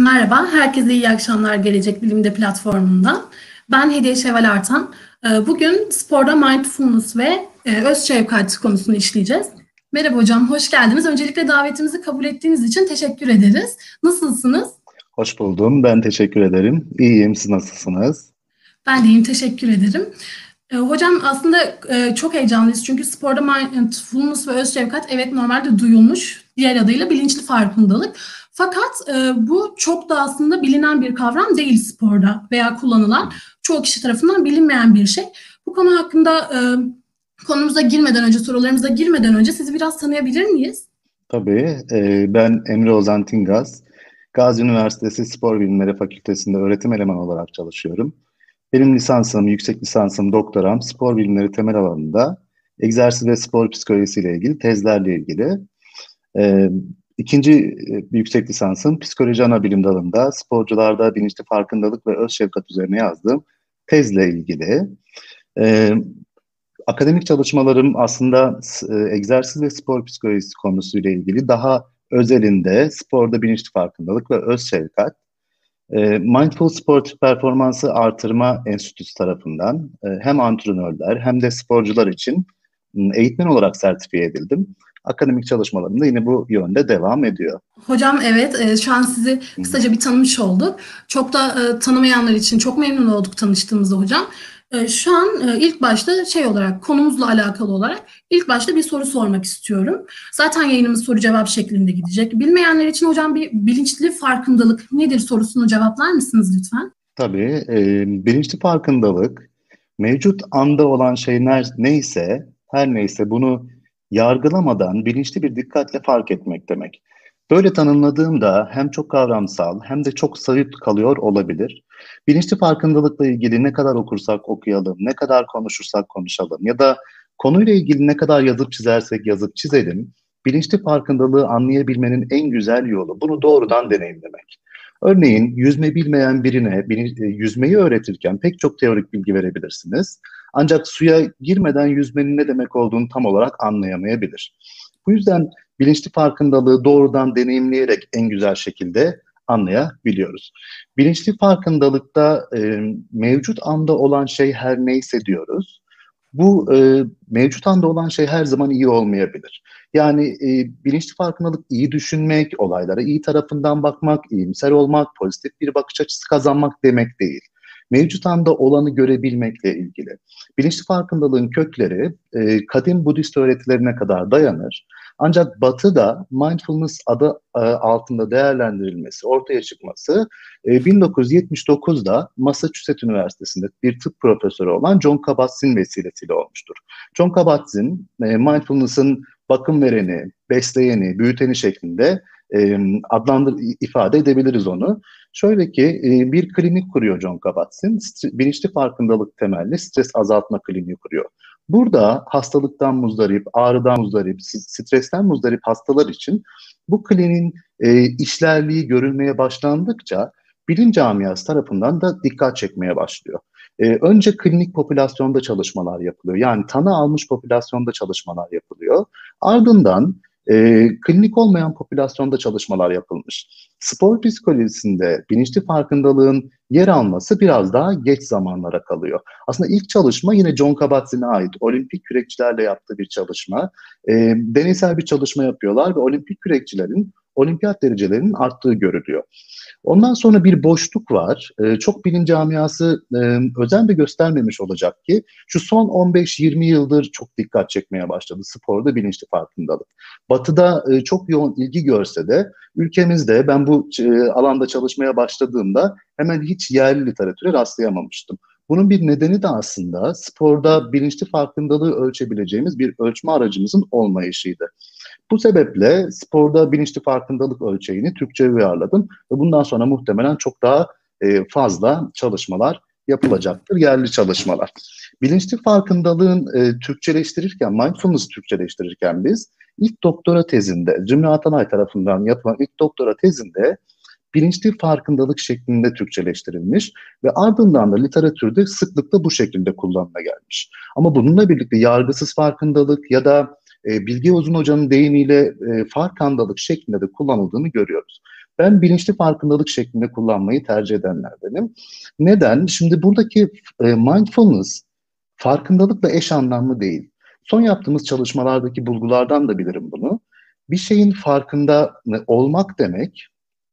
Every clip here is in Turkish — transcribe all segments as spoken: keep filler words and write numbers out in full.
Merhaba, herkese iyi akşamlar Gelecek Bilim'de platformundan. Ben Hediye Şevval Artan. Ee, Bugün sporda mindfulness ve e, öz şefkat konusunu işleyeceğiz. Merhaba hocam, hoş geldiniz. Öncelikle davetimizi kabul ettiğiniz için teşekkür ederiz. Nasılsınız? Hoş buldum. Ben teşekkür ederim. İyiyim. Siz nasılsınız? Ben de iyiyim, teşekkür ederim. Ee, Hocam aslında e, çok heyecanlıyız çünkü sporda mindfulness ve öz şefkat evet normalde duyulmuş, diğer adıyla bilinçli farkındalık. Fakat e, bu çok da aslında bilinen bir kavram değil sporda veya kullanılan çoğu kişi tarafından bilinmeyen bir şey. Bu konu hakkında e, konumuza girmeden önce, sorularımıza girmeden önce sizi biraz tanıyabilir miyiz? Tabii. e, ben Emre Ozan Tingaz. Gazi Üniversitesi Spor Bilimleri Fakültesi'nde öğretim elemanı olarak çalışıyorum. Benim lisansım, yüksek lisansım, doktoram spor bilimleri temel alanında egzersiz ve spor psikolojisiyle ilgili tezlerle ilgili. E, ikinci e, yüksek lisansım psikoloji ana bilim dalında sporcularda bilinçli farkındalık ve öz şefkat üzerine yazdığım tezle ilgili. E, Akademik çalışmalarım aslında e, egzersiz ve spor psikolojisi konusuyla ilgili daha özelinde sporda bilinçli farkındalık ve öz şefkat. E, Mindful Sport Performansı Artırma Enstitüsü tarafından e, hem antrenörler hem de sporcular için m, eğitmen olarak sertifiye edildim. Akademik çalışmalarım da yine bu yönde devam ediyor. Hocam evet, e, şu an sizi Hı hı. kısaca bir tanımış olduk. Çok da e, tanımayanlar için çok memnun olduk tanıştığımızda hocam. E, Şu an e, ilk başta şey olarak konumuzla alakalı olarak ilk başta bir soru sormak istiyorum. Zaten yayınımız soru cevap şeklinde gidecek. Bilmeyenler için hocam bir bilinçli farkındalık nedir sorusunu cevaplar mısınız lütfen? Tabii e, bilinçli farkındalık mevcut anda olan şey ner- neyse her neyse bunu yargılamadan bilinçli bir dikkatle fark etmek demek. Böyle tanımladığımda hem çok kavramsal hem de çok soyut kalıyor olabilir. Bilinçli farkındalıkla ilgili ne kadar okursak okuyalım, ne kadar konuşursak konuşalım ya da konuyla ilgili ne kadar yazıp çizersek yazıp çizelim, bilinçli farkındalığı anlayabilmenin en güzel yolu bunu doğrudan deneyimlemek. Örneğin yüzme bilmeyen birine bili- e, yüzmeyi öğretirken pek çok teorik bilgi verebilirsiniz. Ancak suya girmeden yüzmenin ne demek olduğunu tam olarak anlayamayabilir. Bu yüzden bilinçli farkındalığı doğrudan deneyimleyerek en güzel şekilde anlayabiliyoruz. Bilinçli farkındalıkta e, mevcut anda olan şey her neyse diyoruz. Bu e, mevcut anda olan şey her zaman iyi olmayabilir. Yani e, bilinçli farkındalık iyi düşünmek, olaylara iyi tarafından bakmak, iyimser olmak, pozitif bir bakış açısı kazanmak demek değil. Mevcut anda olanı görebilmekle ilgili. Bilinçli farkındalığın kökleri e, kadim Budist öğretilerine kadar dayanır. Ancak Batı'da mindfulness adı e, altında değerlendirilmesi, ortaya çıkması e, bin dokuz yüz yetmiş dokuzda Massachusetts Üniversitesi'nde bir tıp profesörü olan John Kabat-Zinn vesilesiyle olmuştur. John Kabat-Zinn, e, mindfulness'ın bakım vereni, besleyeni, büyüteni şeklinde e, adlandır ifade edebiliriz onu. Şöyle ki e, bir klinik kuruyor John Kabat-Zinn, bilinçli farkındalık temelli stres azaltma kliniği kuruyor. Burada hastalıktan muzdarip, ağrıdan muzdarip, stresten muzdarip hastalar için bu kliniğin e, işlerliği görülmeye başlandıkça bilim camiası tarafından da dikkat çekmeye başlıyor. E, önce klinik popülasyonda çalışmalar yapılıyor. Yani tanı almış popülasyonda çalışmalar yapılıyor. Ardından e, klinik olmayan popülasyonda çalışmalar yapılmış. Spor psikolojisinde bilinçli farkındalığın yer alması biraz daha geç zamanlara kalıyor. Aslında ilk çalışma yine John Kabat-Zinn'e ait. Olimpik kürekçilerle yaptığı bir çalışma. E, deneysel bir çalışma yapıyorlar ve olimpik kürekçilerin olimpiyat derecelerinin arttığı görülüyor. Ondan sonra bir boşluk var. Ee, çok bilim camiası e, özen de göstermemiş olacak ki şu son on beş yirmi yıldır çok dikkat çekmeye başladı sporda bilinçli farkındalık. Batı'da e, çok yoğun ilgi görse de ülkemizde ben bu e, alanda çalışmaya başladığımda hemen hiç yerli literatüre rastlayamamıştım. Bunun bir nedeni de aslında sporda bilinçli farkındalığı ölçebileceğimiz bir ölçme aracımızın olmayışıydı. Bu sebeple sporda bilinçli farkındalık ölçeğini Türkçe'ye uyarladım ve bundan sonra muhtemelen çok daha e, fazla çalışmalar yapılacaktır, yerli çalışmalar. Bilinçli farkındalığın e, Türkçeleştirirken, mindfulness Türkçeleştirirken biz ilk doktora tezinde, Zümrüt Atanay tarafından yapılan ilk doktora tezinde bilinçli farkındalık şeklinde Türkçeleştirilmiş ve ardından da literatürde sıklıkla bu şekilde kullanıma gelmiş. Ama bununla birlikte yargısız farkındalık ya da e, Bilge Uzun Hoca'nın deyimiyle e, farkandalık şeklinde de kullanıldığını görüyoruz. Ben bilinçli farkındalık şeklinde kullanmayı tercih edenlerdenim. Neden? Şimdi buradaki e, mindfulness farkındalıkla eş anlamlı değil. Son yaptığımız çalışmalardaki bulgulardan da bilirim bunu. Bir şeyin farkında olmak demek,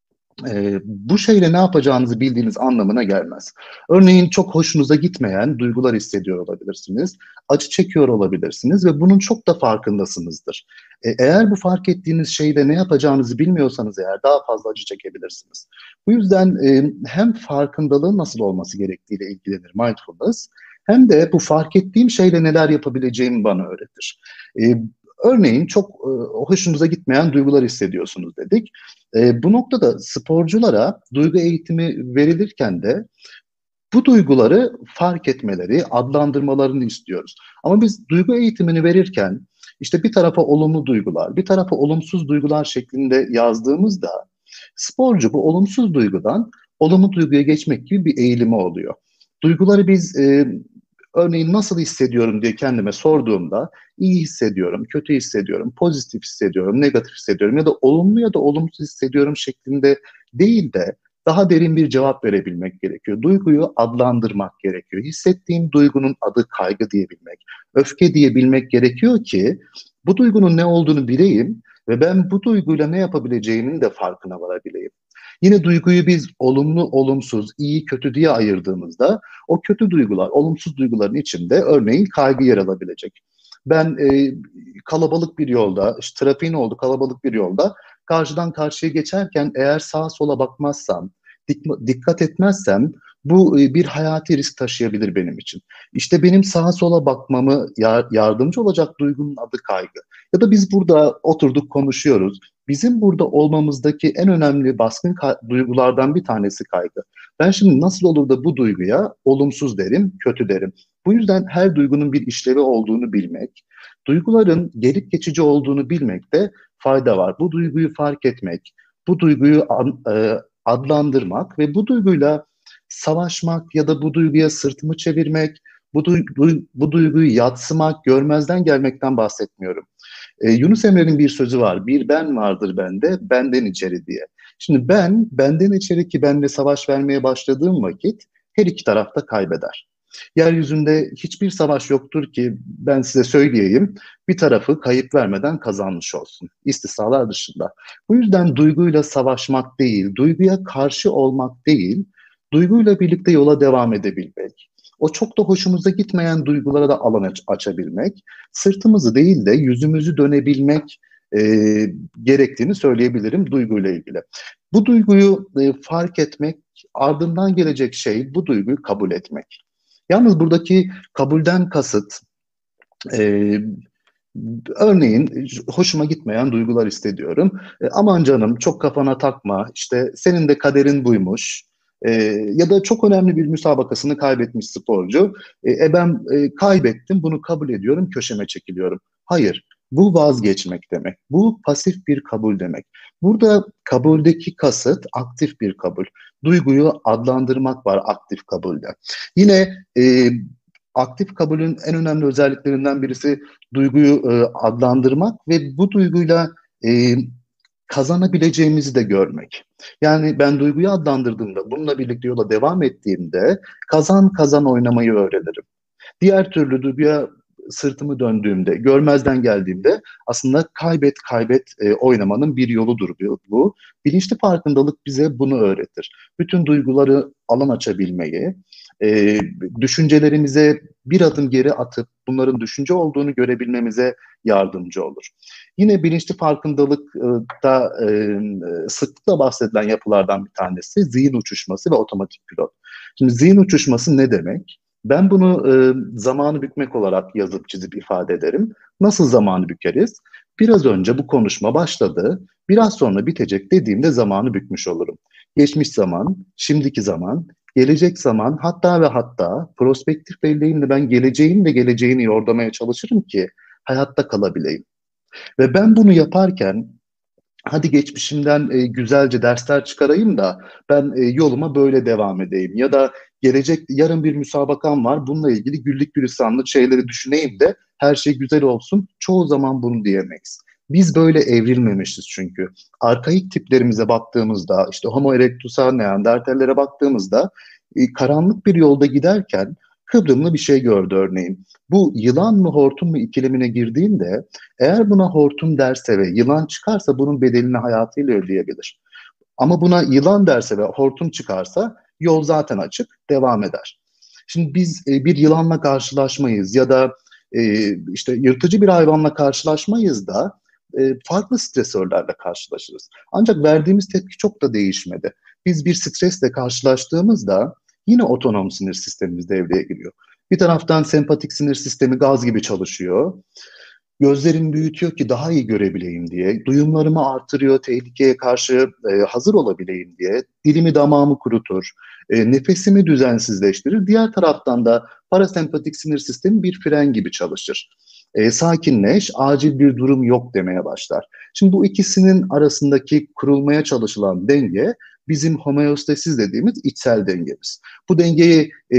e, bu şeyle ne yapacağınızı bildiğiniz anlamına gelmez. Örneğin çok hoşunuza gitmeyen duygular hissediyor olabilirsiniz, acı çekiyor olabilirsiniz ve bunun çok da farkındasınızdır. E, eğer bu fark ettiğiniz şeyle ne yapacağınızı bilmiyorsanız eğer daha fazla acı çekebilirsiniz. Bu yüzden e, hem farkındalığın nasıl olması gerektiğiyle ilgilenir mindfulness, hem de bu fark ettiğim şeyle neler yapabileceğimi bana öğretir. E, Örneğin çok e, hoşunuza gitmeyen duygular hissediyorsunuz dedik. E, bu noktada sporculara duygu eğitimi verilirken de bu duyguları fark etmeleri, adlandırmalarını istiyoruz. Ama biz duygu eğitimini verirken işte bir tarafa olumlu duygular, bir tarafa olumsuz duygular şeklinde yazdığımızda sporcu bu olumsuz duygudan olumlu duyguya geçmek gibi bir eğilimi oluyor. Duyguları biz e, örneğin nasıl hissediyorum diye kendime sorduğumda iyi hissediyorum, kötü hissediyorum, pozitif hissediyorum, negatif hissediyorum ya da olumlu ya da olumsuz hissediyorum şeklinde değil de daha derin bir cevap verebilmek gerekiyor. Duyguyu adlandırmak gerekiyor. Hissettiğim duygunun adı kaygı diyebilmek, öfke diyebilmek gerekiyor ki bu duygunun ne olduğunu bileyim ve ben bu duyguyla ne yapabileceğimin de farkına varabileyim. Yine duyguyu biz olumlu, olumsuz, iyi, kötü diye ayırdığımızda o kötü duygular, olumsuz duyguların içinde örneğin kaygı yer alabilecek. Ben e, kalabalık bir yolda, işte trafiğin olduğu kalabalık bir yolda karşıdan karşıya geçerken eğer sağa sola bakmazsam, dik, dikkat etmezsem bu e, bir hayati risk taşıyabilir benim için. İşte benim sağa sola bakmamı yar, yardımcı olacak duygunun adı kaygı. Ya da biz burada oturduk konuşuyoruz. Bizim burada olmamızdaki en önemli baskın duygulardan bir tanesi kaygı. Ben şimdi nasıl olur da bu duyguya olumsuz derim, kötü derim. Bu yüzden her duygunun bir işlevi olduğunu bilmek, duyguların gelip geçici olduğunu bilmekte fayda var. Bu duyguyu fark etmek, bu duyguyu an, e, adlandırmak ve bu duyguyla savaşmak ya da bu duyguya sırtımı çevirmek, bu, duygu, bu duyguyu yadsımak, görmezden gelmekten bahsetmiyorum. E, Yunus Emre'nin bir sözü var. Bir ben vardır bende, benden içeri diye. Şimdi ben, benden içeri ki benle savaş vermeye başladığım vakit her iki tarafta kaybeder. Yeryüzünde hiçbir savaş yoktur ki ben size söyleyeyim bir tarafı kayıp vermeden kazanmış olsun. İstisnalar dışında. Bu yüzden duyguyla savaşmak değil, duyguya karşı olmak değil, duyguyla birlikte yola devam edebilmek. O çok da hoşumuza gitmeyen duygulara da alan aç açabilmek, sırtımızı değil de yüzümüzü dönebilmek e, gerektiğini söyleyebilirim duyguyla ilgili. Bu duyguyu e, fark etmek, ardından gelecek şey bu duyguyu kabul etmek. Yalnız buradaki kabulden kasıt, e, örneğin hoşuma gitmeyen duygular hissediyorum. E, aman canım çok kafana takma, işte senin de kaderin buymuş. E, ya da çok önemli bir müsabakasını kaybetmiş sporcu. E, e ben e, kaybettim, bunu kabul ediyorum, köşeme çekiliyorum. Hayır, bu vazgeçmek demek. Bu pasif bir kabul demek. Burada kabuldeki kasıt aktif bir kabul. Duyguyu adlandırmak var aktif kabulde. Yine e, aktif kabulün en önemli özelliklerinden birisi duyguyu e, adlandırmak ve bu duyguyla e, kazanabileceğimizi de görmek. Yani ben duyguyu adlandırdığımda, bununla birlikte yola devam ettiğimde kazan kazan oynamayı öğrenirim. Diğer türlü duyguya sırtımı döndüğümde, görmezden geldiğimde aslında kaybet kaybet e, oynamanın bir yoludur bu. Bilinçli farkındalık bize bunu öğretir. Bütün duyguları alan açabilmeyi, e, düşüncelerimize bir adım geri atıp bunların düşünce olduğunu görebilmemize yardımcı olur. Yine bilinçli farkındalıkta e, sıklıkla bahsedilen yapılardan bir tanesi zihin uçuşması ve otomatik pilot. Şimdi zihin uçuşması ne demek? Ben bunu e, zamanı bükmek olarak yazıp çizip ifade ederim. Nasıl zamanı bükeriz? Biraz önce bu konuşma başladı, biraz sonra bitecek dediğimde zamanı bükmüş olurum. Geçmiş zaman, şimdiki zaman, gelecek zaman, hatta ve hatta prospektif belleğimle ben geleceğin ve geleceğini yordamaya çalışırım ki hayatta kalabileyim. Ve ben bunu yaparken hadi geçmişimden e, güzelce dersler çıkarayım da ben e, yoluma böyle devam edeyim. Ya da gelecek yarın bir müsabakam var. Bununla ilgili güllük gülistanlık şeyleri düşüneyim de her şey güzel olsun. Çoğu zaman bunu diyemeyiz. Biz böyle evrilmemişiz çünkü. Arkaik tiplerimize baktığımızda, işte Homo erectus'a, Neandertallere baktığımızda e, karanlık bir yolda giderken kıvrımlı bir şey gördü örneğin. Bu yılan mı hortum mu ikilemine girdiğinde eğer buna hortum derse ve yılan çıkarsa bunun bedelini hayatıyla ödeyebilir. Ama buna yılan derse ve hortum çıkarsa yol zaten açık, devam eder. Şimdi biz e, bir yılanla karşılaşmayız ya da e, işte yırtıcı bir hayvanla karşılaşmayız da e, farklı stresörlerle karşılaşırız. Ancak verdiğimiz tepki çok da değişmedi. Biz bir stresle karşılaştığımızda yine otonom sinir sistemimiz devreye giriyor. Bir taraftan sempatik sinir sistemi gaz gibi çalışıyor. Gözlerimi büyütüyor ki daha iyi görebileyim diye. Duyumlarımı artırıyor, tehlikeye karşı e, hazır olabileyim diye. Dilimi damağımı kurutur, e, nefesimi düzensizleştirir. Diğer taraftan da parasempatik sinir sistemi bir fren gibi çalışır. E, sakinleş, acil bir durum yok demeye başlar. Şimdi bu ikisinin arasındaki kurulmaya çalışılan denge bizim homeostasis dediğimiz içsel dengemiz. Bu dengeyi e,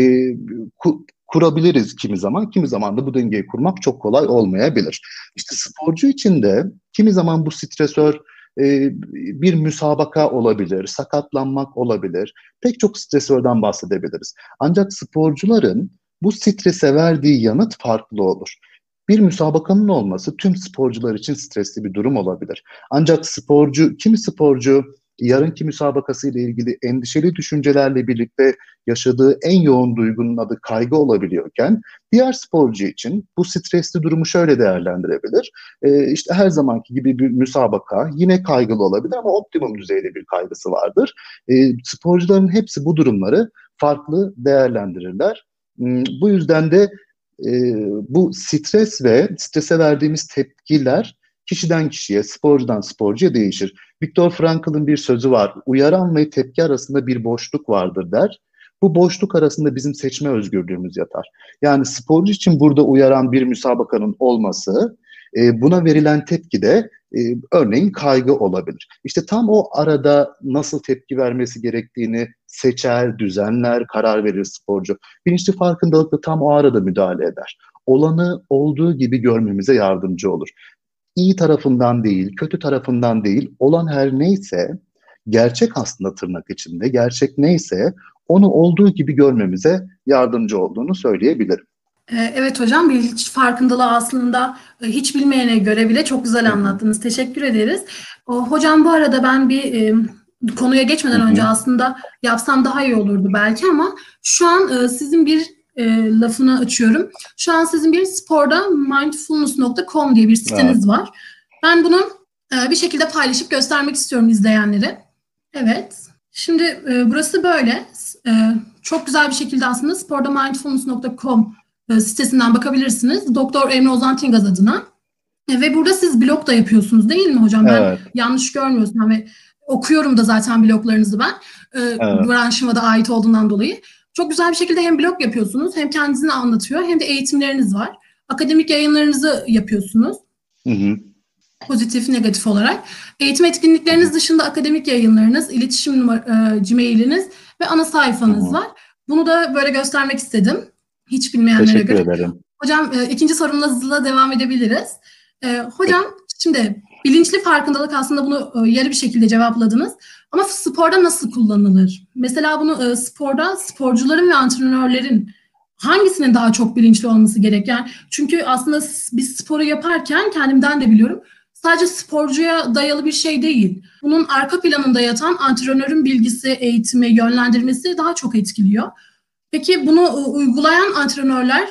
ku, kurabiliriz kimi zaman, kimi zaman da bu dengeyi kurmak çok kolay olmayabilir. İşte sporcu için de kimi zaman bu stresör e, bir müsabaka olabilir, sakatlanmak olabilir. Pek çok stresörden bahsedebiliriz. Ancak sporcuların bu strese verdiği yanıt farklı olur. Bir müsabakanın olması tüm sporcular için stresli bir durum olabilir. Ancak sporcu, kimi sporcu yarınki müsabakası ile ilgili endişeli düşüncelerle birlikte yaşadığı en yoğun duygunun adı kaygı olabiliyorken, diğer sporcu için bu stresli durumu şöyle değerlendirebilir. Ee, işte her zamanki gibi bir müsabaka yine kaygılı olabilir ama optimum düzeyde bir kaygısı vardır. Ee, sporcuların hepsi bu durumları farklı değerlendirirler. Hmm, bu yüzden de e, bu stres ve strese verdiğimiz tepkiler kişiden kişiye, sporcudan sporcuya değişir. Viktor Frankl'ın bir sözü var. Uyaran ve tepki arasında bir boşluk vardır der. Bu boşluk arasında bizim seçme özgürlüğümüz yatar. Yani sporcu için burada uyaran bir müsabakanın olması, e, buna verilen tepki de e, örneğin kaygı olabilir. İşte tam o arada nasıl tepki vermesi gerektiğini seçer, düzenler, karar verir sporcu. Bilinçli farkındalık da tam o arada müdahale eder. Olanı olduğu gibi görmemize yardımcı olur. İyi tarafından değil, kötü tarafından değil, olan her neyse, gerçek aslında tırnak içinde, gerçek neyse onu olduğu gibi görmemize yardımcı olduğunu söyleyebilirim. Ee, Evet hocam, bilinç farkındalığı aslında e, hiç bilmeyene göre bile çok güzel Hı hı, anlattınız. Teşekkür ederiz. O, hocam bu arada ben bir e, konuya hı geçmeden önce hı. aslında yapsam daha iyi olurdu belki ama şu an e, sizin bir e, lafını açıyorum. Şu an sizin bir sporda mindfulness nokta com diye bir Evet, siteniz var. Ben bunu e, bir şekilde paylaşıp göstermek istiyorum izleyenlere. Evet. Şimdi e, burası böyle. E, çok güzel bir şekilde aslında sporda mindfulness nokta com e, sitesinden bakabilirsiniz. Doktor Emre Ozan Tingaz adına. E, ve burada siz blog da yapıyorsunuz değil mi hocam? Ben evet, yanlış görmüyorsam ve okuyorum da zaten bloglarınızı ben. E, evet. branşıma da ait olduğundan dolayı. Çok güzel bir şekilde hem blog yapıyorsunuz, hem kendinizi anlatıyor, hem de eğitimleriniz var. Akademik yayınlarınızı yapıyorsunuz. Hı hı, Pozitif, negatif olarak. Eğitim hı hı, etkinlikleriniz dışında akademik yayınlarınız, iletişim numara, e, Gmail'iniz ve ana hı sayfanız hı. var. Bunu da böyle göstermek istedim. Hiç bilmeyenlere Teşekkür göre. ederim. Hocam e, ikinci sorumla devam edebiliriz. E, hocam Peki. şimdi bilinçli farkındalık aslında bunu e, yarı bir şekilde cevapladınız. Ama sporda nasıl kullanılır? Mesela bunu e, sporda sporcuların ve antrenörlerin hangisinin daha çok bilinçli olması gerek? Yani çünkü aslında biz sporu yaparken kendimden de biliyorum. Sadece sporcuya dayalı bir şey değil. Bunun arka planında yatan antrenörün bilgisi, eğitimi, yönlendirmesi daha çok etkiliyor. Peki bunu e, uygulayan antrenörler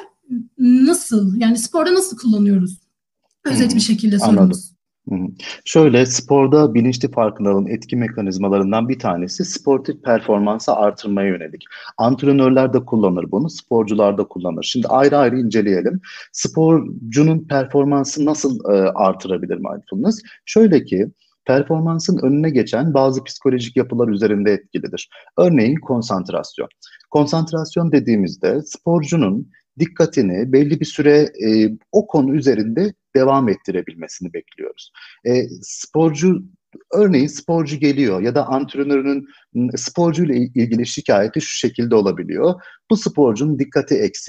nasıl? Yani sporda nasıl kullanıyoruz? Hı Özet bir hı, şekilde anladım. sorumuz. Hı hı. Şöyle sporda bilinçli farkındalığın etki mekanizmalarından bir tanesi sportif performansı artırmaya yönelik. Antrenörler de kullanır bunu, sporcular da kullanır. Şimdi ayrı ayrı inceleyelim. Sporcunun performansı nasıl e, artırabilir mindfulness? Şöyle ki performansın önüne geçen bazı psikolojik yapılar üzerinde etkilidir. Örneğin konsantrasyon. Konsantrasyon dediğimizde sporcunun dikkatini belli bir süre e, o konu üzerinde devam ettirebilmesini bekliyoruz. E, sporcu Örneğin sporcu geliyor ya da antrenörünün sporcu ile ilgili şikayeti şu şekilde olabiliyor. Bu sporcunun dikkati eksik,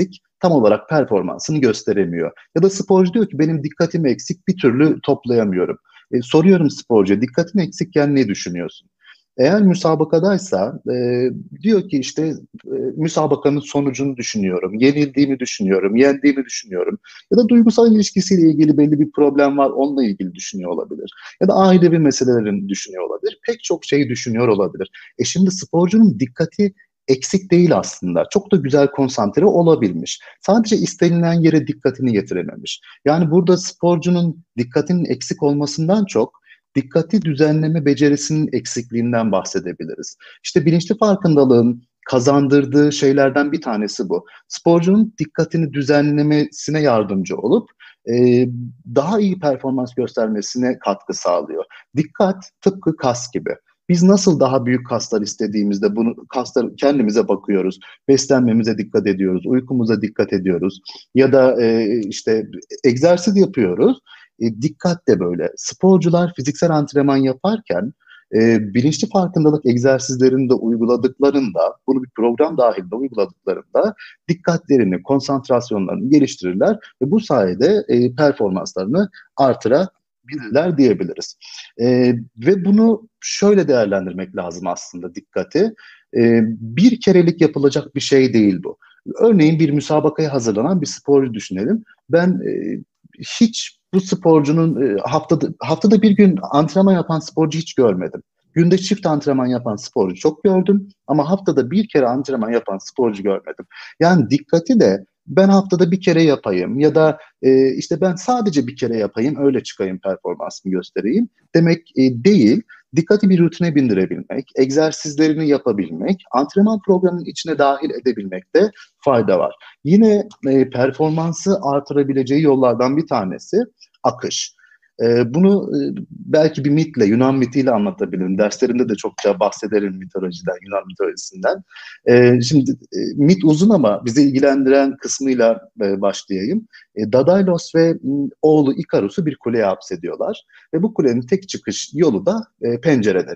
tam olarak performansını gösteremiyor. Ya da sporcu diyor ki benim dikkatim eksik, bir türlü toplayamıyorum. E, soruyorum sporcuya, dikkatin eksikken ne düşünüyorsun? Eğer müsabakadaysa e, diyor ki işte e, müsabakanın sonucunu düşünüyorum, yenildiğimi düşünüyorum, yendiğimi düşünüyorum. Ya da duygusal ilişkisiyle ilgili belli bir problem var, onunla ilgili düşünüyor olabilir. Ya da ailevi meselelerini düşünüyor olabilir. Pek çok şeyi düşünüyor olabilir. E şimdi sporcunun dikkati eksik değil aslında. Çok da güzel konsantre olabilmiş. Sadece istenilen yere dikkatini getirememiş. Yani burada sporcunun dikkatinin eksik olmasından çok dikkati düzenleme becerisinin eksikliğinden bahsedebiliriz. İşte bilinçli farkındalığın kazandırdığı şeylerden bir tanesi bu. Sporcunun dikkatini düzenlemesine yardımcı olup e, daha iyi performans göstermesine katkı sağlıyor. Dikkat tıpkı kas gibi. Biz nasıl daha büyük kaslar istediğimizde bunu kaslar kendimize bakıyoruz. Beslenmemize dikkat ediyoruz, uykumuza dikkat ediyoruz ya da e, işte egzersiz yapıyoruz. E, dikkat de böyle. Sporcular fiziksel antrenman yaparken e, bilinçli farkındalık egzersizlerini de uyguladıklarında, bunu bir program dahilinde uyguladıklarında dikkatlerini, konsantrasyonlarını geliştirirler ve bu sayede e, performanslarını artırabilirler diyebiliriz. E, ve bunu şöyle değerlendirmek lazım aslında dikkati. E, bir kerelik yapılacak bir şey değil bu. Örneğin bir müsabakaya hazırlanan bir sporcu düşünelim. Ben e, hiç bu sporcunun e, haftada haftada bir gün antrenman yapan sporcu hiç görmedim. Günde çift antrenman yapan sporcu çok gördüm ama haftada bir kere antrenman yapan sporcu görmedim. Yani dikkati de ben haftada bir kere yapayım ya da e, işte ben sadece bir kere yapayım öyle çıkayım performansımı göstereyim demek e, değil. Dikkati bir rutine bindirebilmek, egzersizlerini yapabilmek, antrenman programının içine dahil edebilmekte fayda var. Yine e, performansı artırabileceği yollardan bir tanesi akış. E, bunu e, belki bir mitle, Yunan mitiyle anlatabilirim. Derslerimde de çokça bahsederim mitolojiden, Yunan mitolojisinden. E, şimdi e, mit uzun ama bizi ilgilendiren kısmıyla e, başlayayım. E, Dadailos ve m, oğlu Ikarus'u bir kuleye hapsediyorlar. Ve bu kulenin tek çıkış yolu da e, pencereleri.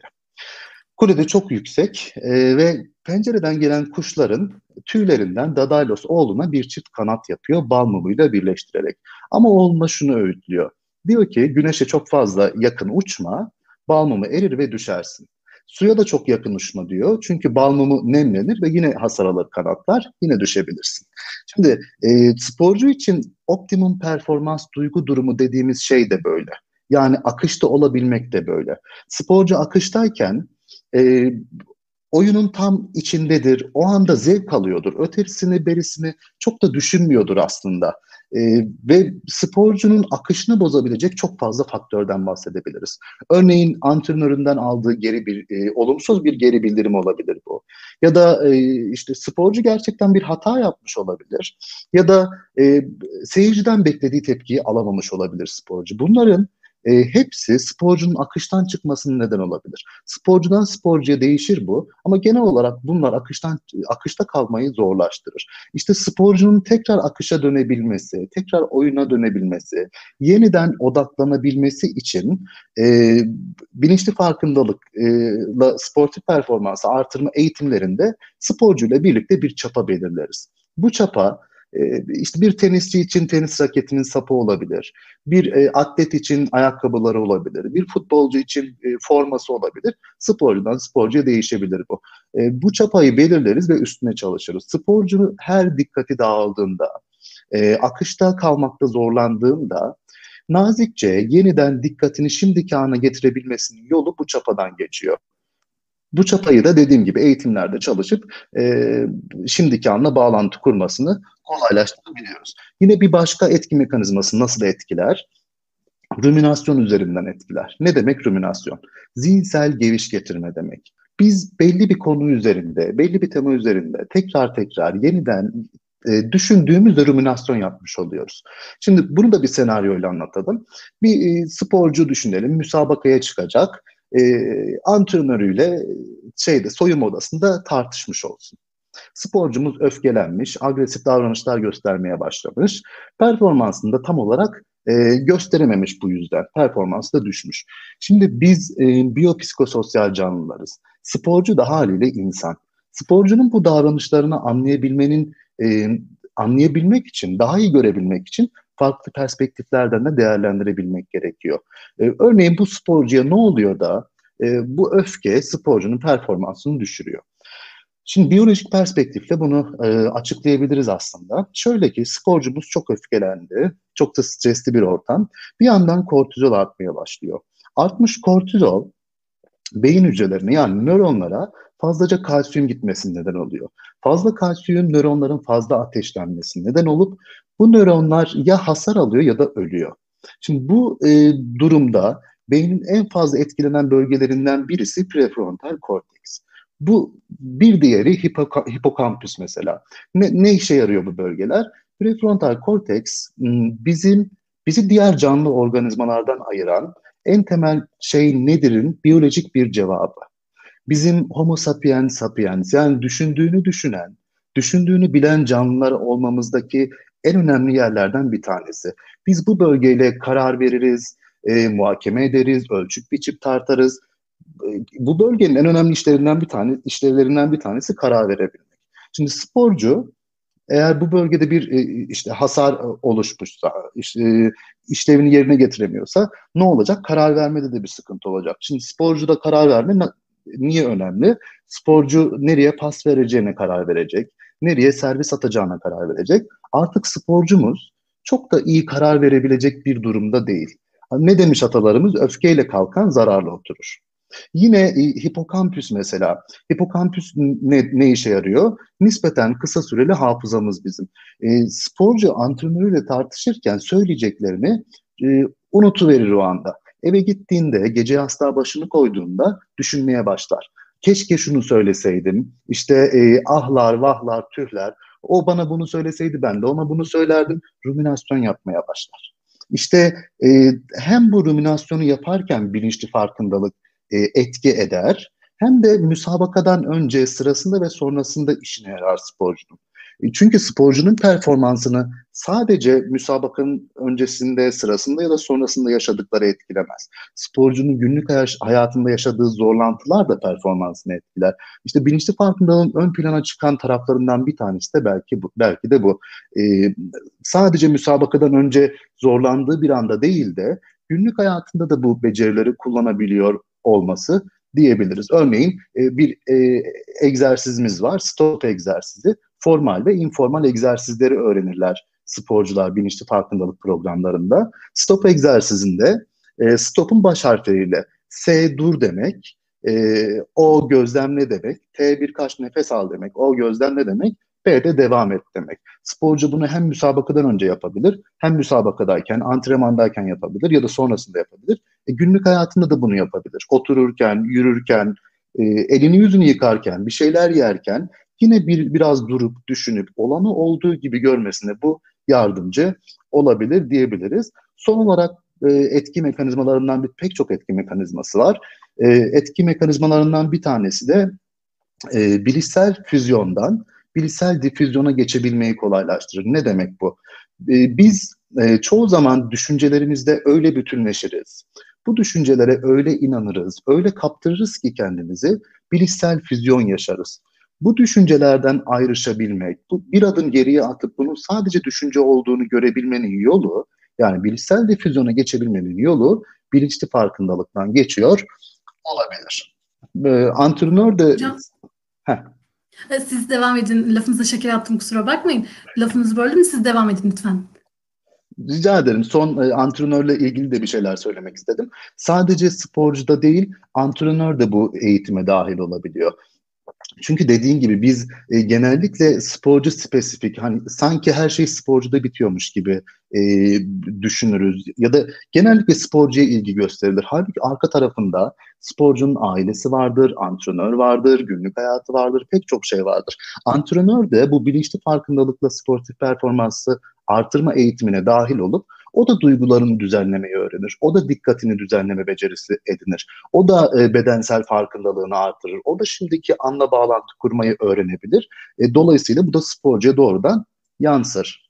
Kule de çok yüksek e, ve pencereden gelen kuşların tüylerinden Dadailos oğluna bir çift kanat yapıyor bal mumuyla birleştirerek. Ama oğluna şunu öğütlüyor. Diyor ki güneşe çok fazla yakın uçma, bal mumu erir ve düşersin. Suya da çok yakın uçma diyor. Çünkü bal mumu nemlenir ve yine hasar alır kanatlar, yine düşebilirsin. Şimdi e, sporcu için optimum performans duygu durumu dediğimiz şey de böyle. Yani akışta olabilmek de böyle. Sporcu akıştayken e, oyunun tam içindedir. O anda zevk alıyordur. Öterisini, berisini çok da düşünmüyordur aslında. E, ve sporcunun akışını bozabilecek çok fazla faktörden bahsedebiliriz. Örneğin antrenöründen aldığı geri bir e, olumsuz bir geri bildirim olabilir bu. Ya da e, işte sporcu gerçekten bir hata yapmış olabilir. Ya da e, seyirciden beklediği tepkiyi alamamış olabilir sporcu. Bunların e, hepsi sporcunun akıştan çıkmasının neden olabilir. Sporcudan sporcuya değişir bu ama genel olarak bunlar akıştan akışta kalmayı zorlaştırır. İşte sporcunun tekrar akışa dönebilmesi, tekrar oyuna dönebilmesi, yeniden odaklanabilmesi için e, bilinçli farkındalıkla e, sportif performansı artırma eğitimlerinde sporcuyla birlikte bir çapa belirleriz. Bu çapa e, işte bir tenisçi için tenis raketinin sapı olabilir. Bir e, atlet için ayakkabıları olabilir. Bir futbolcu için e, forması olabilir. Sporcudan sporcuya değişebilir bu. E, bu çapayı belirleriz ve üstüne çalışırız. Sporcu her dikkati dağıldığında, e, akışta kalmakta zorlandığında nazikçe yeniden dikkatini şimdiki ana getirebilmesinin yolu bu çapadan geçiyor. Bu çapayı da dediğim gibi eğitimlerde çalışıp e, şimdiki anla bağlantı kurmasını kolaylaştırabiliyoruz. Yine bir başka etki mekanizması nasıl etkiler? Ruminasyon üzerinden etkiler. Ne demek ruminasyon? Zihinsel geviş getirme demek. Biz belli bir konu üzerinde, belli bir tema üzerinde tekrar tekrar yeniden e, düşündüğümüzde ruminasyon yapmış oluyoruz. Şimdi bunu da bir senaryoyla anlatalım. Bir e, sporcu düşünelim, müsabakaya çıkacak. E, antrenörüyle şeyde soyunma odasında tartışmış olsun. Sporcumuz öfkelenmiş, agresif davranışlar göstermeye başlamış. Performansını da tam olarak e, gösterememiş bu yüzden. Performansı da düşmüş. Şimdi biz e, biyopsikososyal canlılarız. Sporcu da haliyle insan. Sporcunun bu davranışlarını anlayabilmenin e, anlayabilmek için, daha iyi görebilmek için farklı perspektiflerden de değerlendirebilmek gerekiyor. E, örneğin bu sporcuya ne oluyor da e, bu öfke sporcunun performansını düşürüyor? Şimdi biyolojik perspektifle bunu e, açıklayabiliriz aslında. Şöyle ki sporcumuz çok öfkelendi, çok da stresli bir ortam. Bir yandan kortizol artmaya başlıyor. Artmış kortizol beyin hücrelerine yani nöronlara fazlaca kalsiyum gitmesine neden oluyor. Fazla kalsiyum nöronların fazla ateşlenmesine neden olup bu nöronlar ya hasar alıyor ya da ölüyor. Şimdi bu e, durumda beynin en fazla etkilenen bölgelerinden birisi prefrontal korteks. Bu bir diğeri hipoka hipokampüs mesela. Ne, ne işe yarıyor bu bölgeler? Prefrontal korteks bizim bizi diğer canlı organizmalardan ayıran en temel şey nedirin biyolojik bir cevabı. Bizim Homo sapiens sapiens yani düşündüğünü düşünen, düşündüğünü bilen canlılar olmamızdaki en önemli yerlerden bir tanesi. Biz bu bölgeyle karar veririz, e, muhakeme ederiz, ölçüp biçip tartarız. E, bu bölgenin en önemli işlerinden bir tane, işlevlerinden bir tanesi karar verebilmek. Şimdi sporcu eğer bu bölgede bir e, işte hasar e, oluşmuşsa, işte, e, işlevini yerine getiremiyorsa ne olacak? Karar vermede de bir sıkıntı olacak. Şimdi sporcuda karar verme niye önemli? Sporcu nereye pas vereceğine karar verecek, nereye servis atacağına karar verecek. Artık sporcumuz çok da iyi karar verebilecek bir durumda değil. Ne demiş atalarımız? Öfkeyle kalkan zararla oturur. Yine e, hipokampüs mesela. Hipokampüs ne, ne işe yarıyor? Nispeten kısa süreli hafızamız bizim. E, sporcu antrenörüyle tartışırken söyleyeceklerini e, unutuverir o anda. Eve gittiğinde, gece yastığa başını koyduğunda düşünmeye başlar. Keşke şunu söyleseydim, işte e, ahlar, vahlar, tühler. O bana bunu söyleseydi ben de ona bunu söylerdim. Ruminasyon yapmaya başlar. İşte e, hem bu ruminasyonu yaparken bilinçli farkındalık e, etki eder. Hem de müsabakadan önce, sırasında ve sonrasında işine yarar sporcunun. E, çünkü sporcunun performansını sadece müsabakanın öncesinde, sırasında ya da sonrasında yaşadıkları etkilemez. Sporcunun günlük hayatında yaşadığı zorlantılar da performansını etkiler. İşte bilinçli farkındalığın ön plana çıkan taraflarından bir tanesi de belki bu, belki de bu. E, sadece müsabakadan önce zorlandığı bir anda değil de günlük hayatında da bu becerileri kullanabiliyor olması diyebiliriz. Örneğin e, bir e, egzersizimiz var, stop egzersizi. Formal ve informal egzersizleri öğrenirler sporcular bilinçli farkındalık programlarında. Stop egzersizinde e, stop'un baş harfleriyle S dur demek, e, O gözlemle demek, T birkaç nefes al demek, O gözlemle demek, B de devam et demek. Sporcu bunu hem müsabakadan önce yapabilir, hem müsabakadayken, antrenmandayken yapabilir ya da sonrasında yapabilir. E, günlük hayatında da bunu yapabilir. Otururken, yürürken, e, elini yüzünü yıkarken, bir şeyler yerken yine bir biraz durup düşünüp olanı olduğu gibi görmesine bu yardımcı olabilir diyebiliriz. Son olarak e, etki mekanizmalarından bir pek çok etki mekanizması var. E, etki mekanizmalarından bir tanesi de e, bilişsel füzyondan bilişsel difüzyona geçebilmeyi kolaylaştırır. Ne demek bu? E, biz e, çoğu zaman düşüncelerimizde öyle bütünleşiriz. Bu düşüncelere öyle inanırız, öyle kaptırırız ki kendimizi bilişsel füzyon yaşarız. Bu düşüncelerden ayrışabilmek, bu bir adım geriye atıp bunun sadece düşünce olduğunu görebilmenin yolu, yani bilişsel difüzyona geçebilmenin yolu bilinçli farkındalıktan geçiyor olabilir. Ee, antrenör de... Hocam, Heh. siz devam edin. Lafınıza şeker attım, kusura bakmayın. Lafınızı böldüm, siz devam edin lütfen. Rica ederim. Son e, antrenörle ilgili de bir şeyler söylemek istedim. Sadece sporcuda değil, antrenör de bu eğitime dahil olabiliyor. Çünkü dediğin gibi biz e, genellikle sporcu spesifik, hani sanki her şey sporcuda bitiyormuş gibi e, düşünürüz ya da genellikle sporcuya ilgi gösterilir. Halbuki arka tarafında sporcunun ailesi vardır, antrenör vardır, günlük hayatı vardır, pek çok şey vardır. Antrenör de bu bilinçli farkındalıkla sportif performansı artırma eğitimine dahil olup o da duygularını düzenlemeyi öğrenir. O da dikkatini düzenleme becerisi edinir. O da e, bedensel farkındalığını artırır. O da şimdiki anla bağlantı kurmayı öğrenebilir. E, dolayısıyla bu da sporcuya doğrudan yansır.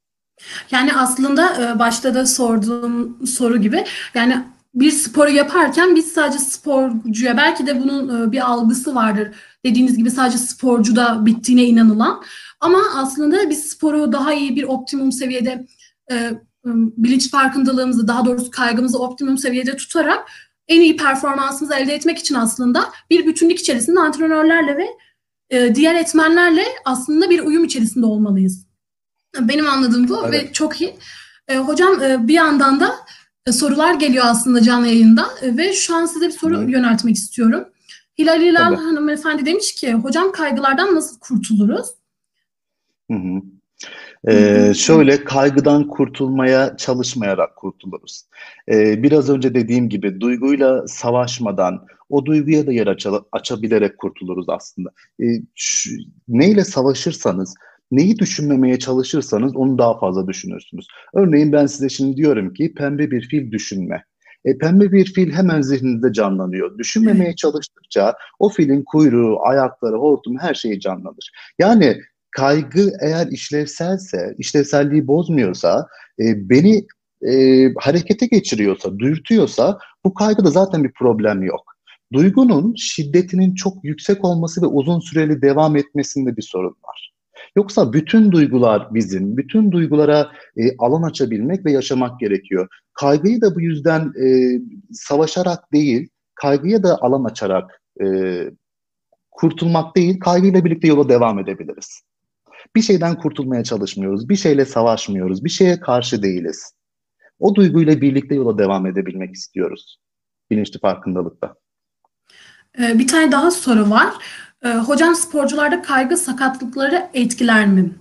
Yani aslında e, başta da sorduğum soru gibi, yani bir sporu yaparken biz sadece sporcuya, belki de bunun e, bir algısı vardır. dediğiniz gibi sadece sporcuda bittiğine inanılan. Ama aslında biz sporu daha iyi bir optimum seviyede e, bilinç farkındalığımızı, daha doğrusu kaygımızı optimum seviyede tutarak en iyi performansımızı elde etmek için aslında bir bütünlük içerisinde antrenörlerle ve e, diğer etmenlerle aslında bir uyum içerisinde olmalıyız. Benim anladığım bu Evet. ve çok iyi. E, hocam e, bir yandan da e, sorular geliyor aslında canlı yayında e, ve şu an size bir soru Hı. yöneltmek istiyorum. Hilal Hilal Tabii. hanımefendi demiş ki, hocam kaygılardan nasıl kurtuluruz? Hı hı. Ee, şöyle kaygıdan kurtulmaya çalışmayarak kurtuluruz. Ee, biraz önce dediğim gibi duyguyla savaşmadan o duyguya da yer aça- açabilerek kurtuluruz aslında. Ee, şu- neyle savaşırsanız, neyi düşünmemeye çalışırsanız onu daha fazla düşünürsünüz. Örneğin ben size şimdi diyorum ki pembe bir fil düşünme. E, pembe bir fil hemen zihninizde canlanıyor. Düşünmemeye çalıştıkça o filin kuyruğu, ayakları, hortumu her şeyi canlanır. Yani kaygı eğer işlevselse, işlevselliği bozmuyorsa, e, beni e, harekete geçiriyorsa, dürtüyorsa bu kaygıda zaten bir problem yok. Duygunun şiddetinin çok yüksek olması ve uzun süreli devam etmesinde bir sorun var. Yoksa bütün duygular bizim, bütün duygulara e, alan açabilmek ve yaşamak gerekiyor. Kaygıyı da bu yüzden e, savaşarak değil, kaygıya da alan açarak e, kurtulmak değil, kaygıyla birlikte yola devam edebiliriz. Bir şeyden kurtulmaya çalışmıyoruz, bir şeyle savaşmıyoruz, bir şeye karşı değiliz. O duyguyla birlikte yola devam edebilmek istiyoruz. Bilinçli farkındalıkta. E, bir tane daha soru var. E, hocam sporcularda kaygı sakatlıkları etkiler mi?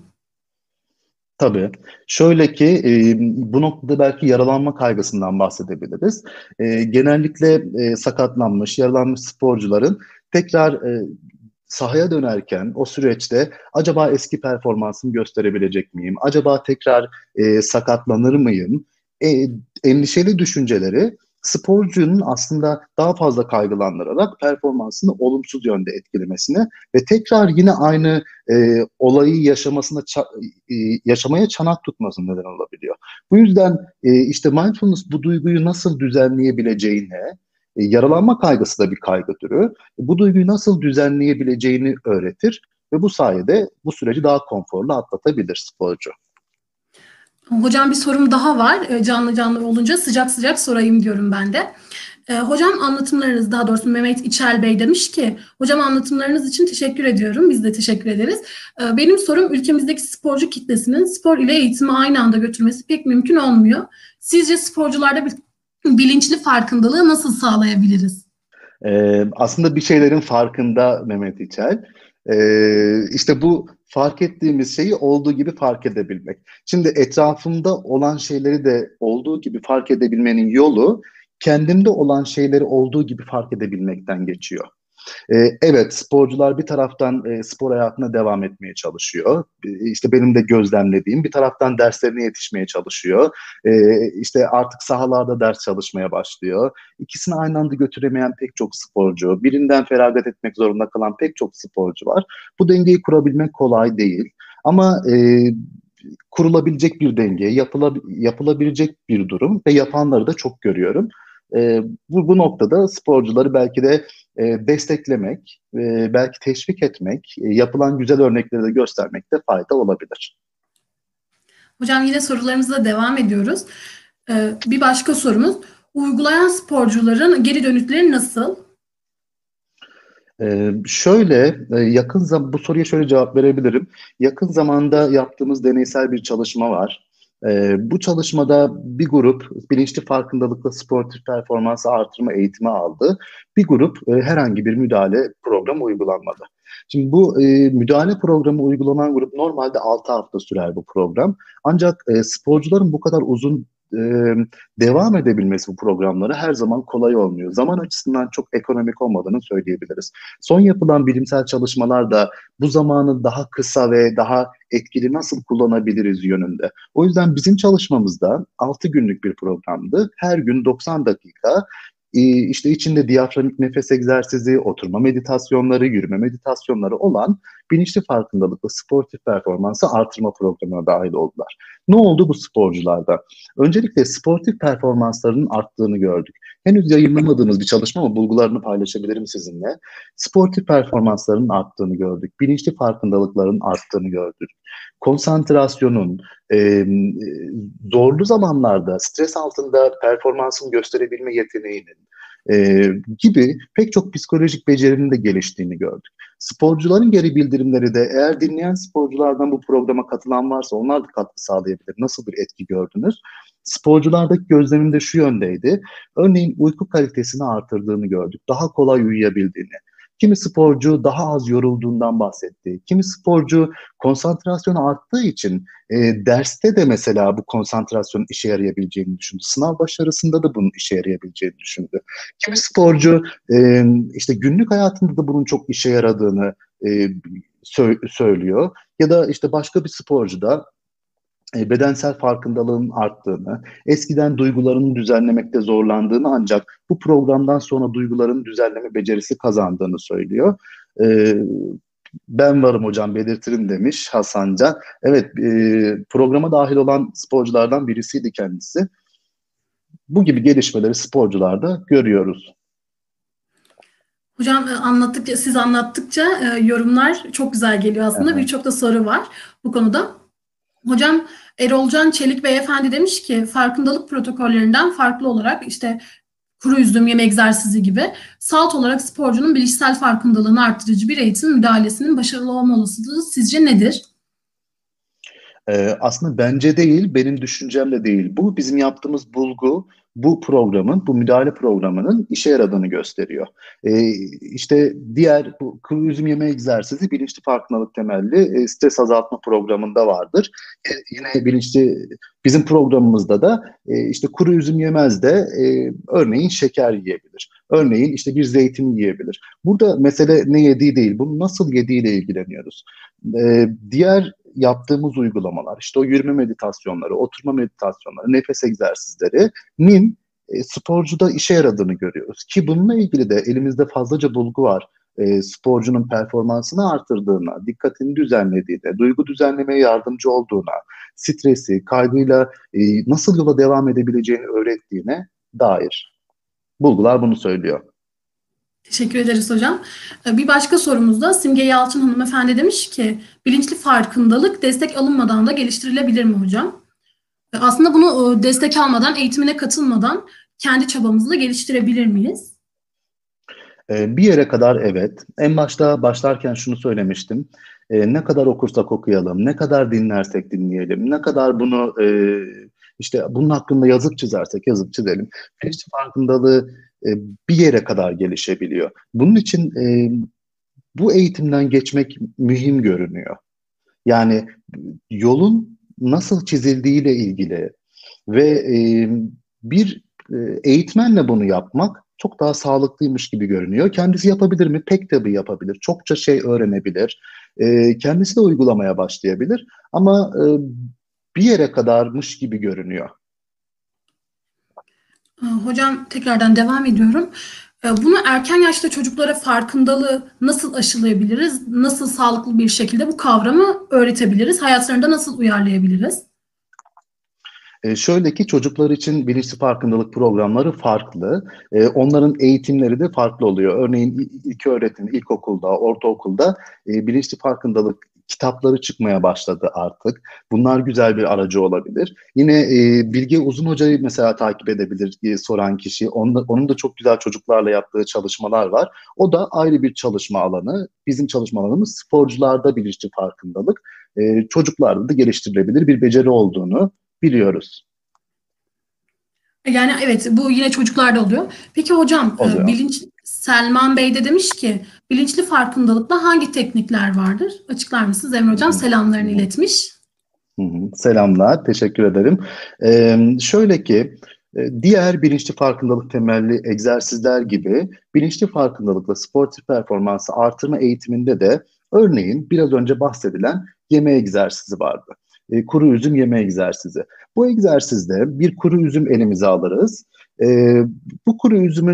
Tabii. Şöyle ki e, bu noktada belki yaralanma kaygısından bahsedebiliriz. E, genellikle e, sakatlanmış, yaralanmış sporcuların tekrar e, sahaya dönerken o süreçte acaba eski performansımı gösterebilecek miyim? Acaba tekrar e, sakatlanır mıyım? E, endişeli düşünceleri sporcunun aslında daha fazla kaygılandırarak performansını olumsuz yönde etkilemesine ve tekrar yine aynı e, olayı yaşamasına ça- e, yaşamaya çanak tutmasına neden olabiliyor. Bu yüzden e, işte mindfulness bu duyguyu nasıl düzenleyebileceğine, e, yaralanma kaygısı da bir kaygı türü. Bu duyguyu nasıl düzenleyebileceğini öğretir ve bu sayede bu süreci daha konforlu atlatabilir sporcu. Hocam bir sorum daha var. E, canlı canlı olunca sıcak sıcak sorayım diyorum ben de. E, hocam anlatımlarınız, daha doğrusu Mehmet İçel Bey demiş ki, hocam anlatımlarınız için teşekkür ediyorum. Biz de teşekkür ederiz. E, benim sorum, ülkemizdeki sporcu kitlesinin spor ile eğitimi aynı anda götürmesi pek mümkün olmuyor. Sizce sporcularda bir bilinçli farkındalığı nasıl sağlayabiliriz? Ee, aslında bir şeylerin farkında Mehmet İçel. Ee, işte bu fark ettiğimiz şeyi olduğu gibi fark edebilmek. Şimdi etrafımda olan şeyleri de olduğu gibi fark edebilmenin yolu kendimde olan şeyleri olduğu gibi fark edebilmekten geçiyor. Ee, evet, sporcular bir taraftan e, spor hayatına devam etmeye çalışıyor. E, İşte benim de gözlemlediğim bir taraftan derslerine yetişmeye çalışıyor. E, işte artık sahalarda ders çalışmaya başlıyor. İkisini aynı anda götüremeyen pek çok sporcu, birinden feragat etmek zorunda kalan pek çok sporcu var. Bu dengeyi kurabilmek kolay değil. Ama e, kurulabilecek bir denge, yapıla, yapılabilecek bir durum ve yapanları da çok görüyorum. E, bu, bu noktada sporcuları belki de e, desteklemek, e, belki teşvik etmek, e, yapılan güzel örnekleri de göstermekte fayda olabilir. Hocam yine sorularımızla devam ediyoruz. E, bir başka sorumuz, uygulayan sporcuların geri dönütleri nasıl? Ee, şöyle e, yakın zam bu soruya şöyle cevap verebilirim. Yakın zamanda yaptığımız deneysel bir çalışma var. Ee, bu çalışmada bir grup bilinçli farkındalıkla sportif performansı artırma eğitimi aldı. Bir grup e, herhangi bir müdahale programı uygulanmadı. Şimdi bu e, müdahale programı uygulanan grup normalde altı hafta sürer bu program. Ancak e, sporcuların bu kadar uzun e, devam edebilmesi bu programlara her zaman kolay olmuyor. Zaman açısından çok ekonomik olmadığını söyleyebiliriz. Son yapılan bilimsel çalışmalar da bu zamanı daha kısa ve daha etkili nasıl kullanabiliriz yönünde. O yüzden bizim çalışmamızda altı günlük bir programdı. Her gün doksan dakika e, işte içinde diyaframik nefes egzersizi, oturma meditasyonları, yürüme meditasyonları olan bilinçli farkındalıkla sportif performansı artırma programına dahil oldular. Ne oldu bu sporcularda? Öncelikle sportif performanslarının arttığını gördük. Henüz yayınlamadığımız bir çalışma ama bulgularını paylaşabilirim sizinle. Sportif performansların arttığını gördük. Bilinçli farkındalıkların arttığını gördük. Konsantrasyonun, e, zorlu zamanlarda stres altında performansını gösterebilme yeteneğinin e, gibi pek çok psikolojik becerinin de geliştiğini gördük. Sporcuların geri bildirimleri de, eğer dinleyen sporculardan bu programa katılan varsa onlar da katkı sağlayabilir. Nasıl bir etki gördünüz? Sporculardaki gözlemim de şu yöndeydi. Örneğin uyku kalitesini artırdığını gördük. Daha kolay uyuyabildiğini. Kimi sporcu daha az yorulduğundan bahsetti. Kimi sporcu konsantrasyonu arttığı için e, derste de mesela bu konsantrasyonun işe yarayabileceğini düşündü. Sınav başarısında da bunun işe yarayabileceğini düşündü. Kimi sporcu e, işte günlük hayatında da bunun çok işe yaradığını e, sö- söylüyor. Ya da işte başka bir sporcu da e, bedensel farkındalığın arttığını, eskiden duygularını düzenlemekte zorlandığını ancak bu programdan sonra duyguların düzenleme becerisi kazandığını söylüyor. E, ben varım hocam belirtirim demiş Hasancan. Evet, e, programa dahil olan sporculardan birisiydi kendisi. Bu gibi gelişmeleri sporcularda görüyoruz. Hocam e, anlattıkça, siz anlattıkça e, yorumlar çok güzel geliyor aslında. Aha. Birçok da soru var bu konuda. Hocam Erolcan Çelik Beyefendi demiş ki farkındalık protokollerinden farklı olarak işte kuru üzüm yeme egzersizi gibi salt olarak sporcunun bilişsel farkındalığını arttırıcı bir eğitim müdahalesinin başarılı olma olasılığı sizce nedir? Ee, aslında bence değil, benim düşüncem de değil. Bu bizim yaptığımız bulgu, bu programın, bu müdahale programının işe yaradığını gösteriyor. Ee, işte diğer bu kuru üzüm yeme egzersizi bilinçli farkındalık temelli e, stres azaltma programında vardır. E, yine bilinçli bizim programımızda da e, işte kuru üzüm yemez de e, örneğin şeker yiyebilir. Örneğin işte bir zeytin yiyebilir. Burada mesele ne yediği değil, bunu nasıl yediğiyle ilgileniyoruz. Ee, diğer yaptığımız uygulamalar, işte o yürüme meditasyonları, oturma meditasyonları, nefes egzersizlerinin e, sporcuda işe yaradığını görüyoruz. Ki bununla ilgili de elimizde fazlaca bulgu var. E, sporcunun performansını artırdığına, dikkatini düzenlediğine, duygu düzenlemeye yardımcı olduğuna, stresi, kaygıyla e, nasıl yola devam edebileceğini öğrettiğine dair bulgular bunu söylüyor. Teşekkür ederiz hocam. E, Bir başka sorumuz da Simge Yalçın hanımefendi demiş ki bilinçli farkındalık destek alınmadan da geliştirilebilir mi hocam? E, Aslında bunu e, destek almadan, eğitimine katılmadan kendi çabamızla geliştirebilir miyiz? Ee, Bir yere kadar evet. En başta başlarken şunu söylemiştim. Ee, ne kadar okursak okuyalım, ne kadar dinlersek dinleyelim, ne kadar bunu e, işte bunun hakkında yazıp çizersek yazıp çizelim. Bilinç farkındalığı e, bir yere kadar gelişebiliyor. Bunun için e, bu eğitimden geçmek mühim görünüyor. Yani yolun nasıl çizildiğiyle ilgili ve e, bir e, eğitmenle bunu yapmak çok daha sağlıklıymış gibi görünüyor. Kendisi yapabilir mi? Pek tabii yapabilir. Çokça şey öğrenebilir. E, kendisi de uygulamaya başlayabilir. Ama e, bir yere kadarmış gibi görünüyor. E, Hocam tekrardan devam ediyorum. E, Bunu erken yaşta çocuklara farkındalığı nasıl aşılayabiliriz? Nasıl sağlıklı bir şekilde bu kavramı öğretebiliriz? Hayatlarında nasıl uyarlayabiliriz? E, şöyle ki çocuklar için bilinçli farkındalık programları farklı. E, onların eğitimleri de farklı oluyor. Örneğin ilk öğretim, ilkokulda, ortaokulda e, bilinçli farkındalık kitapları çıkmaya başladı artık. Bunlar güzel bir aracı olabilir. Yine e, Bilge Uzun Hoca'yı mesela takip edebilir e, soran kişi. Onun da, onun da çok güzel çocuklarla yaptığı çalışmalar var. O da ayrı bir çalışma alanı. Bizim çalışma alanımız sporcularda bilinçli farkındalık. E, çocuklarda da geliştirilebilir bir beceri olduğunu biliyoruz. Yani evet bu yine çocuklarda oluyor. Peki hocam e, Oluyor. bilinç Selman Bey de demiş ki bilinçli farkındalıkta hangi teknikler vardır? Açıklar mısınız? Emre Hı hocam hı. Hı selamlarını hı. iletmiş. Hı hı. Selamlar, teşekkür ederim. Ee, şöyle ki, e, diğer bilinçli farkındalık temelli egzersizler gibi bilinçli farkındalıkla sportif performansı artırma eğitiminde de örneğin biraz önce bahsedilen yeme egzersizi vardı. E, kuru üzüm yeme egzersizi. Bu egzersizde bir kuru üzüm elimize alırız. E, bu kuru üzümün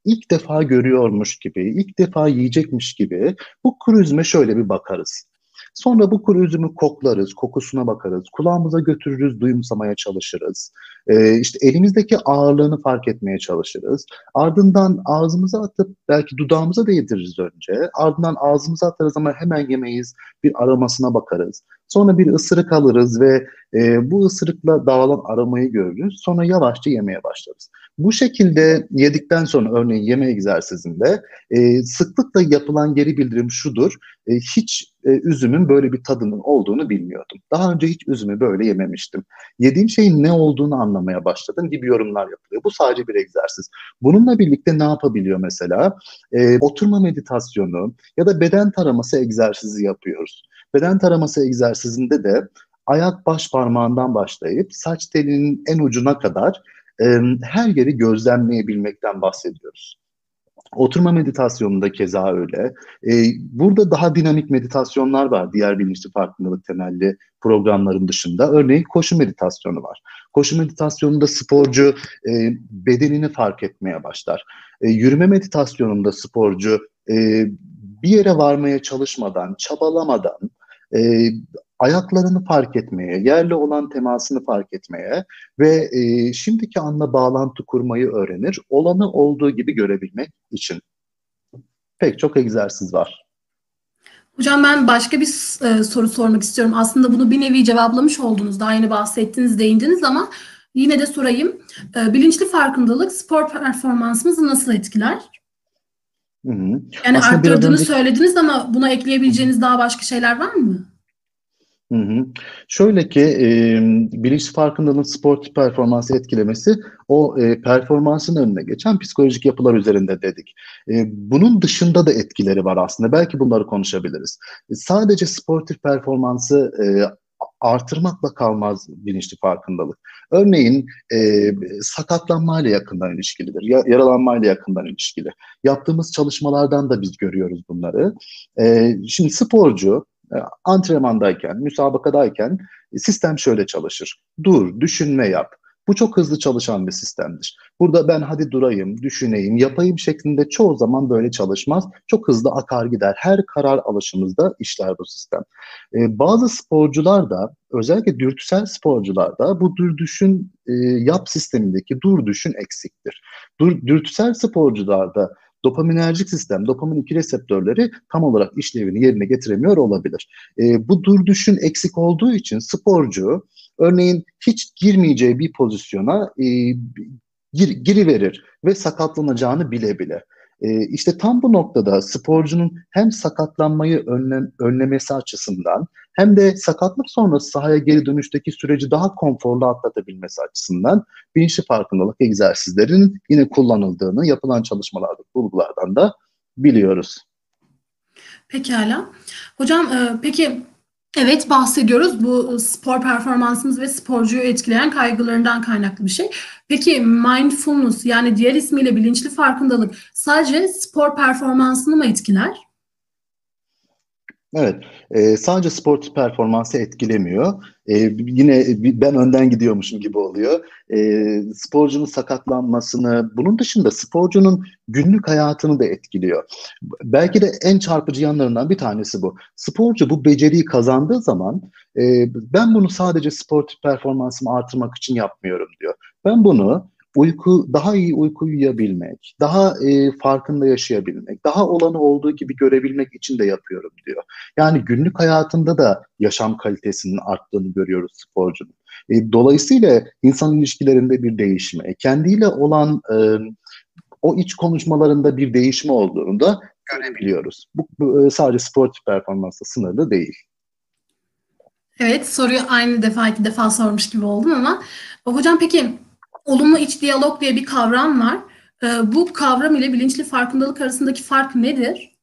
ilk defa görüyormuş gibi, ilk defa yiyecekmiş gibi bu kuru üzüme şöyle bir bakarız. Sonra bu kuru üzümü koklarız, kokusuna bakarız, kulağımıza götürürüz, duyumsamaya çalışırız. Ee, işte elimizdeki ağırlığını fark etmeye çalışırız. Ardından ağzımıza atıp belki dudağımıza değdiririz önce. Ardından ağzımıza atarız ama hemen yemeyiz, bir aromasına bakarız. Sonra bir ısırık alırız ve e, bu ısırıkla dağılan aromayı görürüz. Sonra yavaşça yemeye başlarız. Bu şekilde yedikten sonra örneğin yeme egzersizinde e, sıklıkla yapılan geri bildirim şudur. E, hiç e, üzümün böyle bir tadının olduğunu bilmiyordum. Daha önce hiç üzümü böyle yememiştim. Yediğim şeyin ne olduğunu anlamaya başladım gibi yorumlar yapılıyor. Bu sadece bir egzersiz. Bununla birlikte ne yapabiliyor mesela? E, oturma meditasyonu ya da beden taraması egzersizi yapıyoruz. Beden taraması egzersizinde de ayak baş parmağından başlayıp saç telinin en ucuna kadar e, her yeri gözlemleyebilmekten bahsediyoruz. Oturma meditasyonunda keza öyle. Ee, burada daha dinamik meditasyonlar var diğer bilinçli farkındalık temelli programların dışında. Örneğin koşu meditasyonu var. Koşu meditasyonunda sporcu e, bedenini fark etmeye başlar. E, yürüme meditasyonunda sporcu e, bir yere varmaya çalışmadan, çabalamadan e, ayaklarını fark etmeye, yerle olan temasını fark etmeye ve e, şimdiki anla bağlantı kurmayı öğrenir. Olanı olduğu gibi görebilmek için. Pek çok egzersiz var. Hocam ben başka bir e, soru sormak istiyorum. Aslında bunu bir nevi cevaplamış oldunuz. Daha yeni bahsettiniz, değindiniz ama yine de sorayım. E, bilinçli farkındalık spor performansımızı nasıl etkiler? Hı hı. Yani Aslında biraz arttırdığını önceki... söylediniz ama buna ekleyebileceğiniz daha başka şeyler var mı? Hı hı. Şöyle ki e, bilinçli farkındalığın sportif performansı etkilemesi o e, performansın önüne geçen psikolojik yapılar üzerinde dedik. E, bunun dışında da etkileri var aslında. Belki bunları konuşabiliriz. E, sadece sportif performansı e, artırmakla kalmaz bilinçli farkındalık. Örneğin e, sakatlanmayla yakından ilişkilidir. Ya, yaralanmayla yakından ilişkili. Yaptığımız çalışmalardan da biz görüyoruz bunları. E, şimdi sporcu e, antrenmandayken, müsabakadayken e, sistem şöyle çalışır. Dur, düşünme yap. Bu çok hızlı çalışan bir sistemdir. Burada ben hadi durayım, düşüneyim, yapayım şeklinde çoğu zaman böyle çalışmaz. Çok hızlı akar gider. Her karar alışımızda işler bu sistem. E, bazı sporcular da özellikle dürtüsel sporcularda bu dur düşün e, yap sistemindeki dur düşün eksiktir. Dur, dürtüsel sporcularda dopaminerjik sistem, dopamin iki reseptörleri tam olarak işlevini yerine getiremiyor olabilir. E, bu dur düşün eksik olduğu için sporcu örneğin hiç girmeyeceği bir pozisyona e, gir, giriverir ve sakatlanacağını bile bile. E, işte tam bu noktada sporcunun hem sakatlanmayı önlem, önlemesi açısından hem de sakatlık sonrası sahaya geri dönüşteki süreci daha konforlu atlatabilmesi açısından bilinçli farkındalık egzersizlerinin yine kullanıldığını yapılan çalışmalarda, bulgulardan da biliyoruz. Pekala. Hocam e, peki evet bahsediyoruz. Bu spor performansımız ve sporcuyu etkileyen kaygılarından kaynaklı bir şey. Peki mindfulness yani diğer ismiyle bilinçli farkındalık sadece spor performansını mı etkiler? Evet, e, sadece sportif performansı etkilemiyor. E, yine ben önden gidiyormuşum gibi oluyor. E, sporcunun sakatlanmasını, bunun dışında sporcunun günlük hayatını da etkiliyor. Belki de en çarpıcı yanlarından bir tanesi bu. Sporcu bu beceriyi kazandığı zaman, e, ben bunu sadece sportif performansımı artırmak için yapmıyorum diyor. Ben bunu uyku, daha iyi uyku uyuyabilmek, daha e, farkında yaşayabilmek, daha olanı olduğu gibi görebilmek için de yapıyorum diyor. Yani günlük hayatında da yaşam kalitesinin arttığını görüyoruz sporcunun. E, dolayısıyla insan ilişkilerinde bir değişme, kendiyle olan e, o iç konuşmalarında bir değişme olduğunu da görebiliyoruz. Bu, bu sadece sportif performansla sınırlı değil. Evet, soruyu aynı defa iki defa sormuş gibi oldum ama hocam peki olumlu iç diyalog diye bir kavram var. Ee, bu kavram ile bilinçli farkındalık arasındaki fark nedir?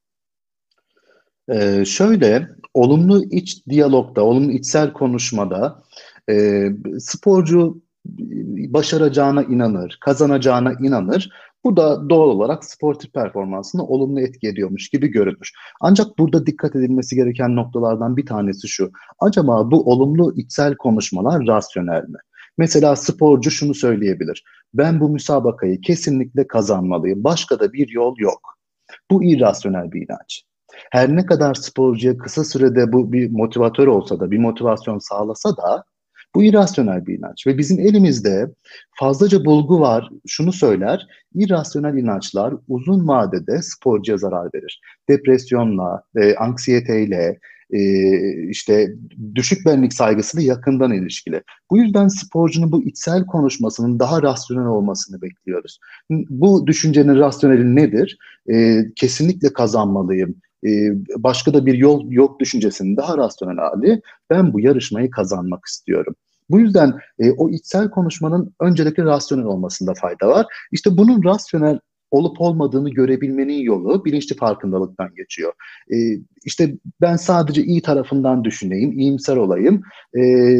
Ee, şöyle, olumlu iç diyalogda, olumlu içsel konuşmada e, sporcu başaracağına inanır, kazanacağına inanır. Bu da doğal olarak sportif performansını olumlu etki ediyormuş gibi görünür. Ancak burada dikkat edilmesi gereken noktalardan bir tanesi şu. Acaba bu olumlu içsel konuşmalar rasyonel mi? Mesela sporcu şunu söyleyebilir: ben bu müsabakayı kesinlikle kazanmalıyım. Başka da bir yol yok. Bu irrasyonel bir inanç. Her ne kadar sporcuya kısa sürede bu bir motivatör olsa da, bir motivasyon sağlasa da, bu irrasyonel bir inanç. Ve bizim elimizde fazlaca bulgu var. Şunu söyler: irrasyonel inançlar uzun vadede sporcuya zarar verir. Depresyonla, e, anksiyeteyle, e, işte düşük benlik saygısıyla yakından ilişkili. Bu yüzden sporcunun bu içsel konuşmasının daha rasyonel olmasını bekliyoruz. Bu düşüncenin rasyoneli nedir? E, kesinlikle kazanmalıyım, e, başka da bir yol yok düşüncesinin daha rasyonel hali: ben bu yarışmayı kazanmak istiyorum. Bu yüzden e, o içsel konuşmanın öncelikle rasyonel olmasında fayda var. İşte bunun rasyonel olup olmadığını görebilmenin yolu bilinçli farkındalıktan geçiyor. E, işte ben sadece iyi tarafından düşüneyim, iyimser olayım e,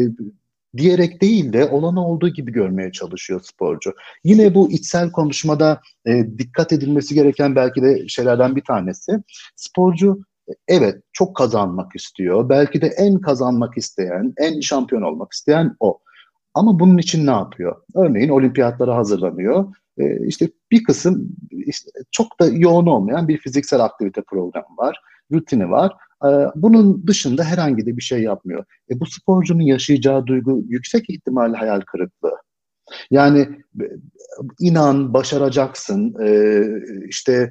diyerek değil de olanı olduğu gibi görmeye çalışıyor sporcu. Yine bu içsel konuşmada e, dikkat edilmesi gereken belki de şeylerden bir tanesi: sporcu evet çok kazanmak istiyor. Belki de en kazanmak isteyen, en şampiyon olmak isteyen o. Ama bunun için ne yapıyor? Örneğin olimpiyatlara hazırlanıyor. Ee, işte bir kısım işte çok da yoğun olmayan bir fiziksel aktivite programı var, rutini var. Ee, bunun dışında herhangi de bir şey yapmıyor. E, bu sporcunun yaşayacağı duygu yüksek ihtimalle hayal kırıklığı. Yani e, inan, başaracaksın, e, işte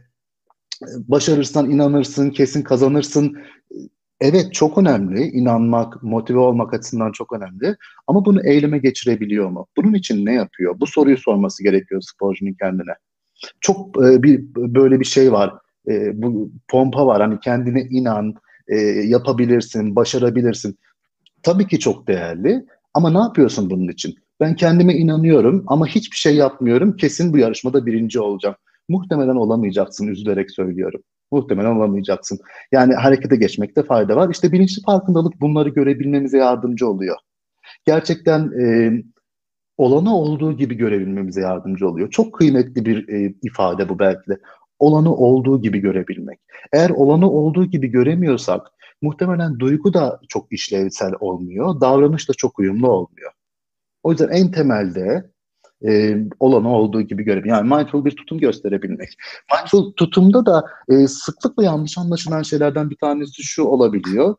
başarırsan inanırsın, kesin kazanırsın. Evet, çok önemli. İnanmak, motive olmak açısından çok önemli. Ama bunu eyleme geçirebiliyor mu? Bunun için ne yapıyor? Bu soruyu sorması gerekiyor sporcunun kendine. Çok e, bir böyle bir şey var. E, bu pompa var. Hani kendine inan, e, yapabilirsin, başarabilirsin. Tabii ki çok değerli. Ama ne yapıyorsun bunun için? Ben kendime inanıyorum ama hiçbir şey yapmıyorum. Kesin bu yarışmada birinci olacağım. Muhtemelen olamayacaksın, üzülerek söylüyorum. Muhtemelen olamayacaksın. Yani harekete geçmekte fayda var. İşte bilinçli farkındalık bunları görebilmemize yardımcı oluyor. Gerçekten e, olanı olduğu gibi görebilmemize yardımcı oluyor. Çok kıymetli bir e, ifade bu belki de. Olanı olduğu gibi görebilmek. Eğer olanı olduğu gibi göremiyorsak muhtemelen duygu da çok işlevsel olmuyor, davranış da çok uyumlu olmuyor. O yüzden en temelde e, olanı olduğu gibi görebilmek. Yani mindful bir tutum gösterebilmek. Mindful tutumda da e, sıklıkla yanlış anlaşılan şeylerden bir tanesi şu olabiliyor: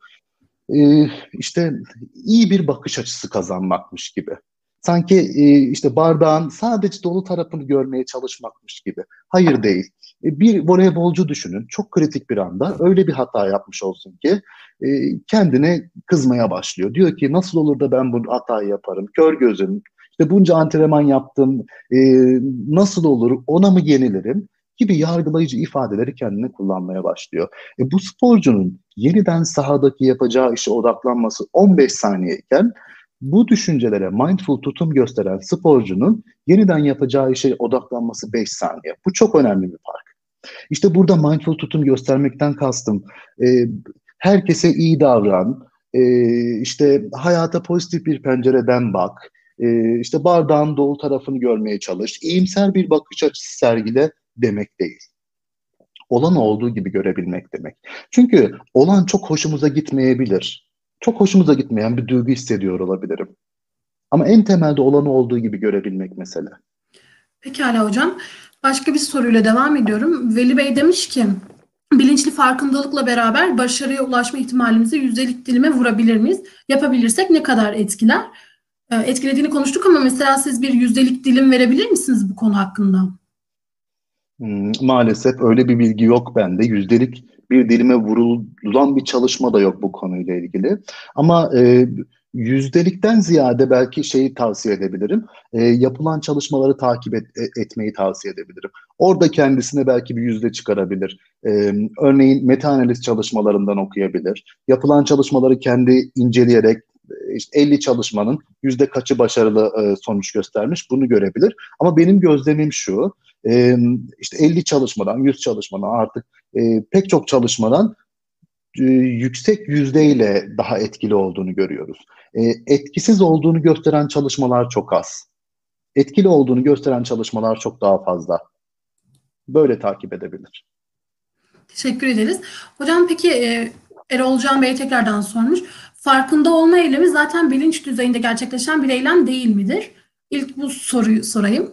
e, işte iyi bir bakış açısı kazanmakmış gibi. Sanki e, işte bardağın sadece dolu tarafını görmeye çalışmakmış gibi. Hayır, değil. E, bir voleybolcu düşünün, çok kritik bir anda öyle bir hata yapmış olsun ki e, kendine kızmaya başlıyor. Diyor ki nasıl olur da ben bu hatayı yaparım? Kör gözüm, işte bunca antrenman yaptım, e, nasıl olur, ona mı yenilirim? Gibi yargılayıcı ifadeleri kendine kullanmaya başlıyor. E, bu sporcunun yeniden sahadaki yapacağı işe odaklanması on beş saniyeyken, bu düşüncelere mindful tutum gösteren sporcunun yeniden yapacağı işe odaklanması beş saniye. Bu çok önemli bir fark. İşte burada mindful tutum göstermekten kastım e, herkese iyi davran, e, işte hayata pozitif bir pencereden bak, e, işte bardağın dolu tarafını görmeye çalış, iyimser bir bakış açısı sergile demek değil. Olan olduğu gibi görebilmek demek. Çünkü olan çok hoşumuza gitmeyebilir. Çok hoşumuza gitmeyen bir duygu hissediyor olabilirim. Ama en temelde olanı olduğu gibi görebilmek mesele. Pekala hocam. Başka bir soruyla devam ediyorum. Veli Bey demiş ki, bilinçli farkındalıkla beraber başarıya ulaşma ihtimalimizi yüzdelik dilime vurabilir miyiz? Yapabilirsek ne kadar etkiler? Ee, Etkilediğini konuştuk ama mesela siz bir yüzdelik dilim verebilir misiniz bu konu hakkında? Hmm, maalesef öyle bir bilgi yok bende. Yüzdelik bir dilime vurulan bir çalışma da yok bu konuyla ilgili. Ama e, yüzdelikten ziyade belki şeyi tavsiye edebilirim. E, yapılan çalışmaları takip et- e- etmeyi tavsiye edebilirim. Orada kendisine belki bir yüzde çıkarabilir. E, örneğin meta analiz çalışmalarından okuyabilir. Yapılan çalışmaları kendi inceleyerek e, işte elli çalışmanın yüzde kaçı başarılı e, sonuç göstermiş, bunu görebilir. Ama benim gözlemim şu: e, işte elli çalışmadan, yüz çalışmadan, artık e, pek çok çalışmadan e, yüksek yüzdeyle daha etkili olduğunu görüyoruz. E, etkisiz olduğunu gösteren çalışmalar çok az. Etkili olduğunu gösteren çalışmalar çok daha fazla. Böyle takip edebilir. Teşekkür ederiz. Hocam peki e, Erol Can Bey tekrardan sormuş. Farkında olma eylemi zaten bilinç düzeyinde gerçekleşen bir eylem değil midir? İlk bu soruyu sorayım.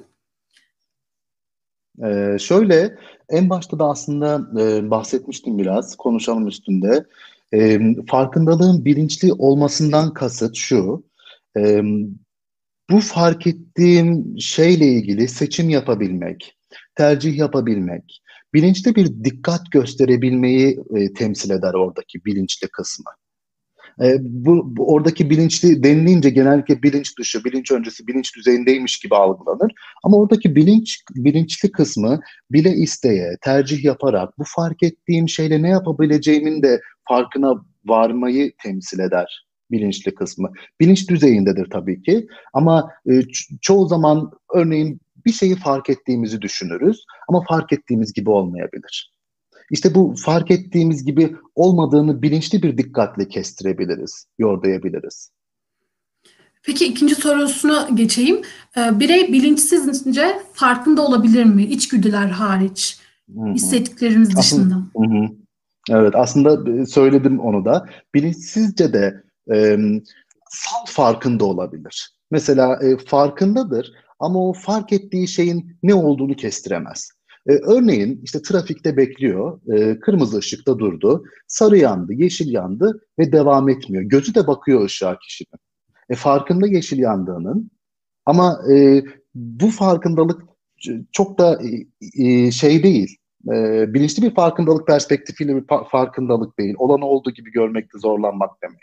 Ee, şöyle, en başta da aslında e, bahsetmiştim biraz, konuşalım üstünde. Ee, farkındalığın bilinçli olmasından kasıt şu, e, bu fark ettiğim şeyle ilgili seçim yapabilmek, tercih yapabilmek, bilinçli bir dikkat gösterebilmeyi e, temsil eder oradaki bilinçli kısmı. E, bu, bu oradaki bilinçli denilince genellikle bilinç dışı, bilinç öncesi, bilinç düzeyindeymiş gibi algılanır. Ama oradaki bilinç bilinçli kısmı bile isteye, tercih yaparak bu fark ettiğim şeyle ne yapabileceğimin de farkına varmayı temsil eder bilinçli kısmı. Bilinç düzeyindedir tabii ki ama e, ço- çoğu zaman örneğin bir şeyi fark ettiğimizi düşünürüz ama fark ettiğimiz gibi olmayabilir. İşte bu fark ettiğimiz gibi olmadığını bilinçli bir dikkatle kestirebiliriz, yordayabiliriz. Peki ikinci sorusuna geçeyim. Ee, birey bilinçsizce farkında olabilir mi? İçgüdüler hariç, Hı hı. hissettiklerimiz Aslında, dışında. hı hı. Evet, aslında e, söyledim onu da. Bilinçsizce de e, salt farkında olabilir. Mesela e, farkındadır ama o fark ettiği şeyin ne olduğunu kestiremez. E, örneğin işte trafikte bekliyor, e, kırmızı ışıkta durdu, sarı yandı, yeşil yandı ve devam etmiyor. Gözü de bakıyor ışığa kişinin. E, farkında yeşil yandığının ama e, bu farkındalık çok da e, e, şey değil. E, bilinçli bir farkındalık perspektifiyle bir fa- farkındalık değil. Olanı olduğu gibi görmekte zorlanmak demek.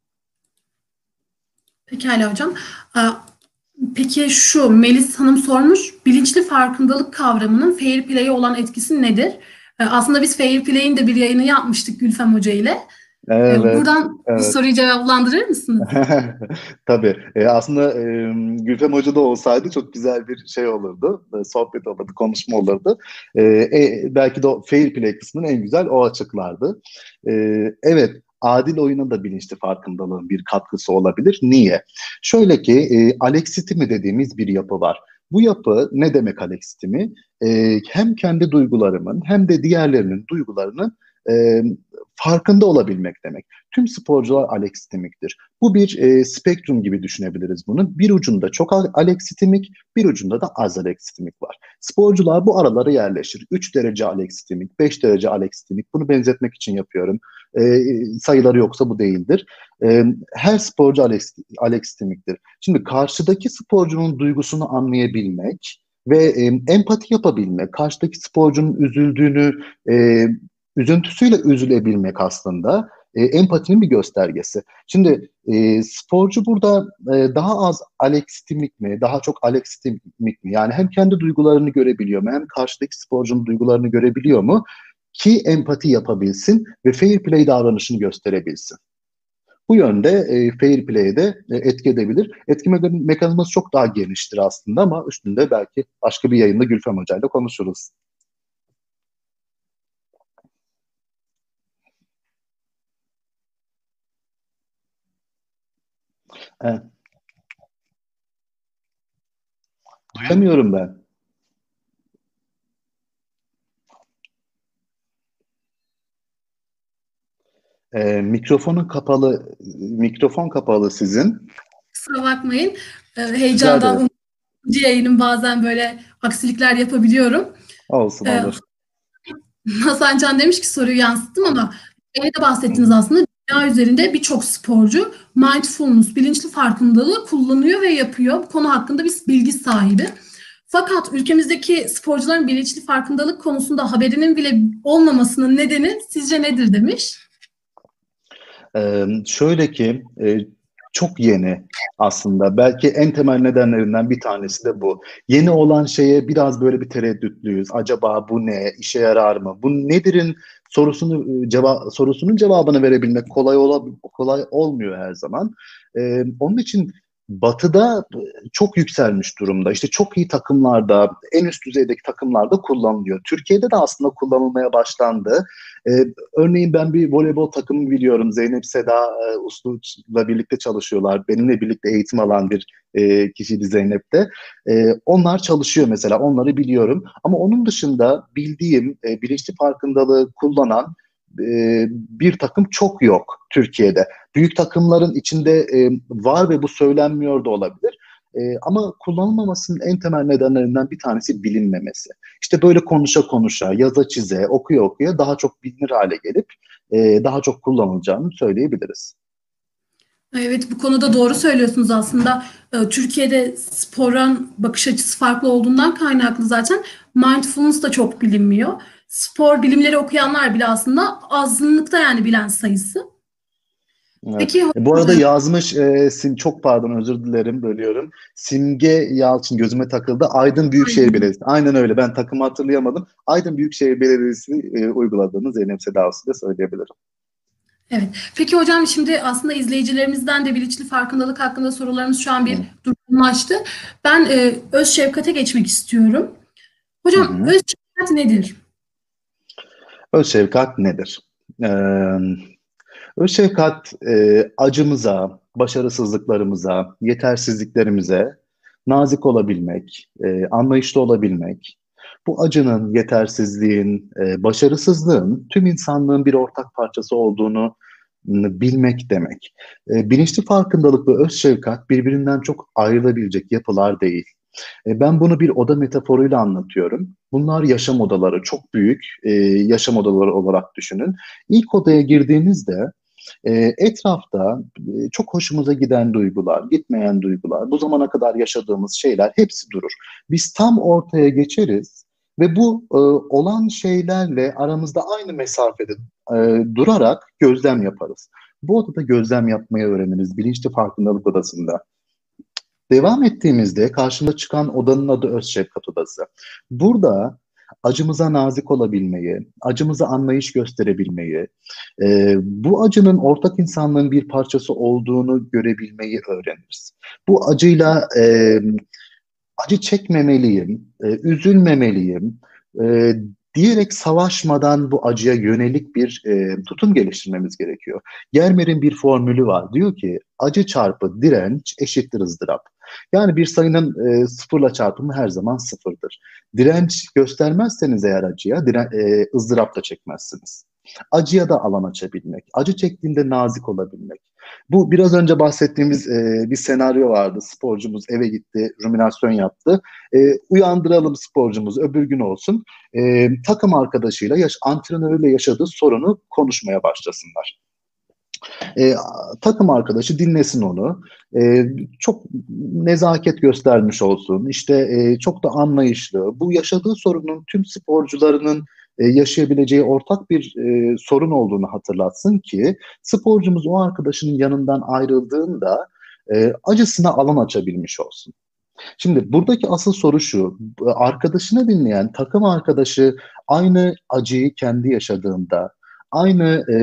Pekala hocam. Ee, Peki şu Melis Hanım sormuş. Bilinçli farkındalık kavramının fair play'e olan etkisi nedir? Ee, Aslında biz fair play'in de bir yayını yapmıştık Gülfem Hoca ile. Ee, Evet, Buradan bu evet. soruyu cevaplandırır mısınız? Tabii. E, aslında e, Gülfem Hoca da olsaydı çok güzel bir şey olurdu. E, sohbet olurdu, konuşma olurdu. E, e, belki de o fair play kısmını en güzel o açıklardı. E, evet, adil oyuna da bilinçli farkındalığın bir katkısı olabilir. Niye? Şöyle ki e, alexitimi dediğimiz bir yapı var. Bu yapı ne demek alexitimi? E, hem kendi duygularımın hem de diğerlerinin duygularının e, farkında olabilmek demek. Tüm sporcular alexitimiktir. Bu bir e, spektrum gibi düşünebiliriz bunu. Bir ucunda çok alexitimik, bir ucunda da az alexitimik var. Sporcular bu aralara yerleşir. üç derece alexitimik, beş derece alexitimik. Bunu benzetmek için yapıyorum. E, sayıları yoksa bu değildir. E, her sporcu alex, alexitimiktir. Şimdi karşıdaki sporcunun duygusunu anlayabilmek ve e, empati yapabilmek, karşıdaki sporcunun üzüldüğünü, e, üzüntüsüyle üzülebilmek aslında e, empatinin bir göstergesi. Şimdi e, sporcu burada e, daha az alexitimik mi, daha çok alexitimik mi? Yani hem kendi duygularını görebiliyor mu, hem karşıdaki sporcunun duygularını görebiliyor mu ki empati yapabilsin ve fair play davranışını gösterebilsin. Bu yönde e, fair play'e de e, etki edebilir. Etki me- mekanizması çok daha geniştir aslında ama üstünde belki başka bir yayında Gülfem Hoca ile konuşuruz. Evet, duyamıyorum ben. E, mikrofonun kapalı, mikrofon kapalı sizin. Kusura bakmayın. Ee, Rica Heyecandan ederim. umucu yayının bazen böyle aksilikler yapabiliyorum. Olsun, Ee, olur. Hasan Can demiş ki soruyu yansıttım ama evet de Hı bahsettiniz hı. aslında. Dünya üzerinde birçok sporcu mindfulness, bilinçli farkındalığı kullanıyor ve yapıyor. Bu konu hakkında biz bilgi sahibi. Fakat ülkemizdeki sporcuların bilinçli farkındalık konusunda haberinin bile olmamasının nedeni sizce nedir demiş. Ee, şöyle ki e, çok yeni aslında. Belki en temel nedenlerinden bir tanesi de bu. Yeni olan şeye biraz böyle bir tereddütlüyüz. Acaba bu ne? İşe yarar mı? Bu nedirin sorusunu cevap sorusunun cevabını verebilmek kolay ola, kolay olmuyor her zaman. Ee, onun için Batı'da çok yükselmiş durumda. İşte çok iyi takımlarda, en üst düzeydeki takımlarda kullanılıyor. Türkiye'de de aslında kullanılmaya başlandı. Ee, Örneğin ben bir voleybol takımı biliyorum. Zeynep Seda e, Uslu'yla birlikte çalışıyorlar. Benimle birlikte eğitim alan bir e, kişiydi Zeynep de. E, onlar çalışıyor mesela. Onları biliyorum. Ama onun dışında bildiğim e, bilinçli farkındalığı kullanan e, bir takım çok yok Türkiye'de. Büyük takımların içinde e, var ve bu söylenmiyor da olabilir. E, ama kullanılmamasının en temel nedenlerinden bir tanesi bilinmemesi. İşte böyle konuşa konuşa, yaza çize, okuya okuya daha çok bilinir hale gelip e, daha çok kullanılacağını söyleyebiliriz. Evet, bu konuda doğru söylüyorsunuz aslında. Ee, Türkiye'de sporun bakış açısı farklı olduğundan kaynaklı zaten mindfulness da çok bilinmiyor. Spor bilimleri okuyanlar bile aslında azınlıkta yani bilen sayısı. Evet. Peki E, bu hocam, arada e, yazmış, e, sim, çok pardon özür dilerim bölüyorum. Simge Yalçın gözüme takıldı. Aydın Büyükşehir aynen. Belediyesi. Aynen öyle, ben takımı hatırlayamadım. Aydın Büyükşehir Belediyesi e, uyguladığını Zeynep Sedavası da söyleyebilirim. Evet. Peki hocam, şimdi aslında izleyicilerimizden de bilinçli farkındalık hakkında sorularımız şu an bir Hı durgunlaştı. Ben e, öz şefkate geçmek istiyorum. hı. Hocam, Hı. öz şefkat nedir? Öz şefkat nedir? Ee, öz şefkat e, acımıza, başarısızlıklarımıza, yetersizliklerimize nazik olabilmek, e, anlayışlı olabilmek, bu acının, yetersizliğin, e, başarısızlığın tüm insanlığın bir ortak parçası olduğunu m, bilmek demek. E, bilinçli farkındalık ve öz şefkat birbirinden çok ayrılabilecek yapılar değil. E, Ben bunu bir oda metaforuyla anlatıyorum. Bunlar yaşam odaları, çok büyük e, yaşam odaları olarak düşünün. İlk odaya girdiğinizde e, etrafta e, çok hoşumuza giden duygular, gitmeyen duygular, bu zamana kadar yaşadığımız şeyler hepsi durur. Biz tam ortaya geçeriz ve bu e, olan şeylerle aramızda aynı mesafede e, durarak gözlem yaparız. Bu odada gözlem yapmayı öğreniriz, bilinçli farkındalık odasında. Devam ettiğimizde karşımda çıkan odanın adı Öz Şefkat Odası. Burada acımıza nazik olabilmeyi, acımıza anlayış gösterebilmeyi, e, bu acının ortak insanlığın bir parçası olduğunu görebilmeyi öğreniriz. Bu acıyla e, acı çekmemeliyim, e, üzülmemeliyim, e, diyerek savaşmadan bu acıya yönelik bir e, tutum geliştirmemiz gerekiyor. Germer'in bir formülü var. Diyor ki acı çarpı direnç eşittir ızdırap. Yani bir sayının e, sıfırla çarpımı her zaman sıfırdır. Direnç göstermezseniz eğer acıya, diren, e, ızdırap da çekmezsiniz. Acıya da alan açabilmek, acı çektiğinde nazik olabilmek. Bu biraz önce bahsettiğimiz e, bir senaryo vardı. Sporcumuz eve gitti, ruminasyon yaptı. E, uyandıralım sporcumuzu, öbür gün olsun. E, takım arkadaşıyla, yaş antrenörüyle yaşadığı sorunu konuşmaya başlasınlar. E, takım arkadaşı dinlesin onu. E, çok nezaket göstermiş olsun. İşte e, çok da anlayışlı. Bu yaşadığı sorunun tüm sporcularının e, yaşayabileceği ortak bir e, sorun olduğunu hatırlatsın ki sporcumuz o arkadaşının yanından ayrıldığında e, acısına alan açabilmiş olsun. Şimdi buradaki asıl soru şu, arkadaşını dinleyen takım arkadaşı aynı acıyı kendi yaşadığında, aynı e,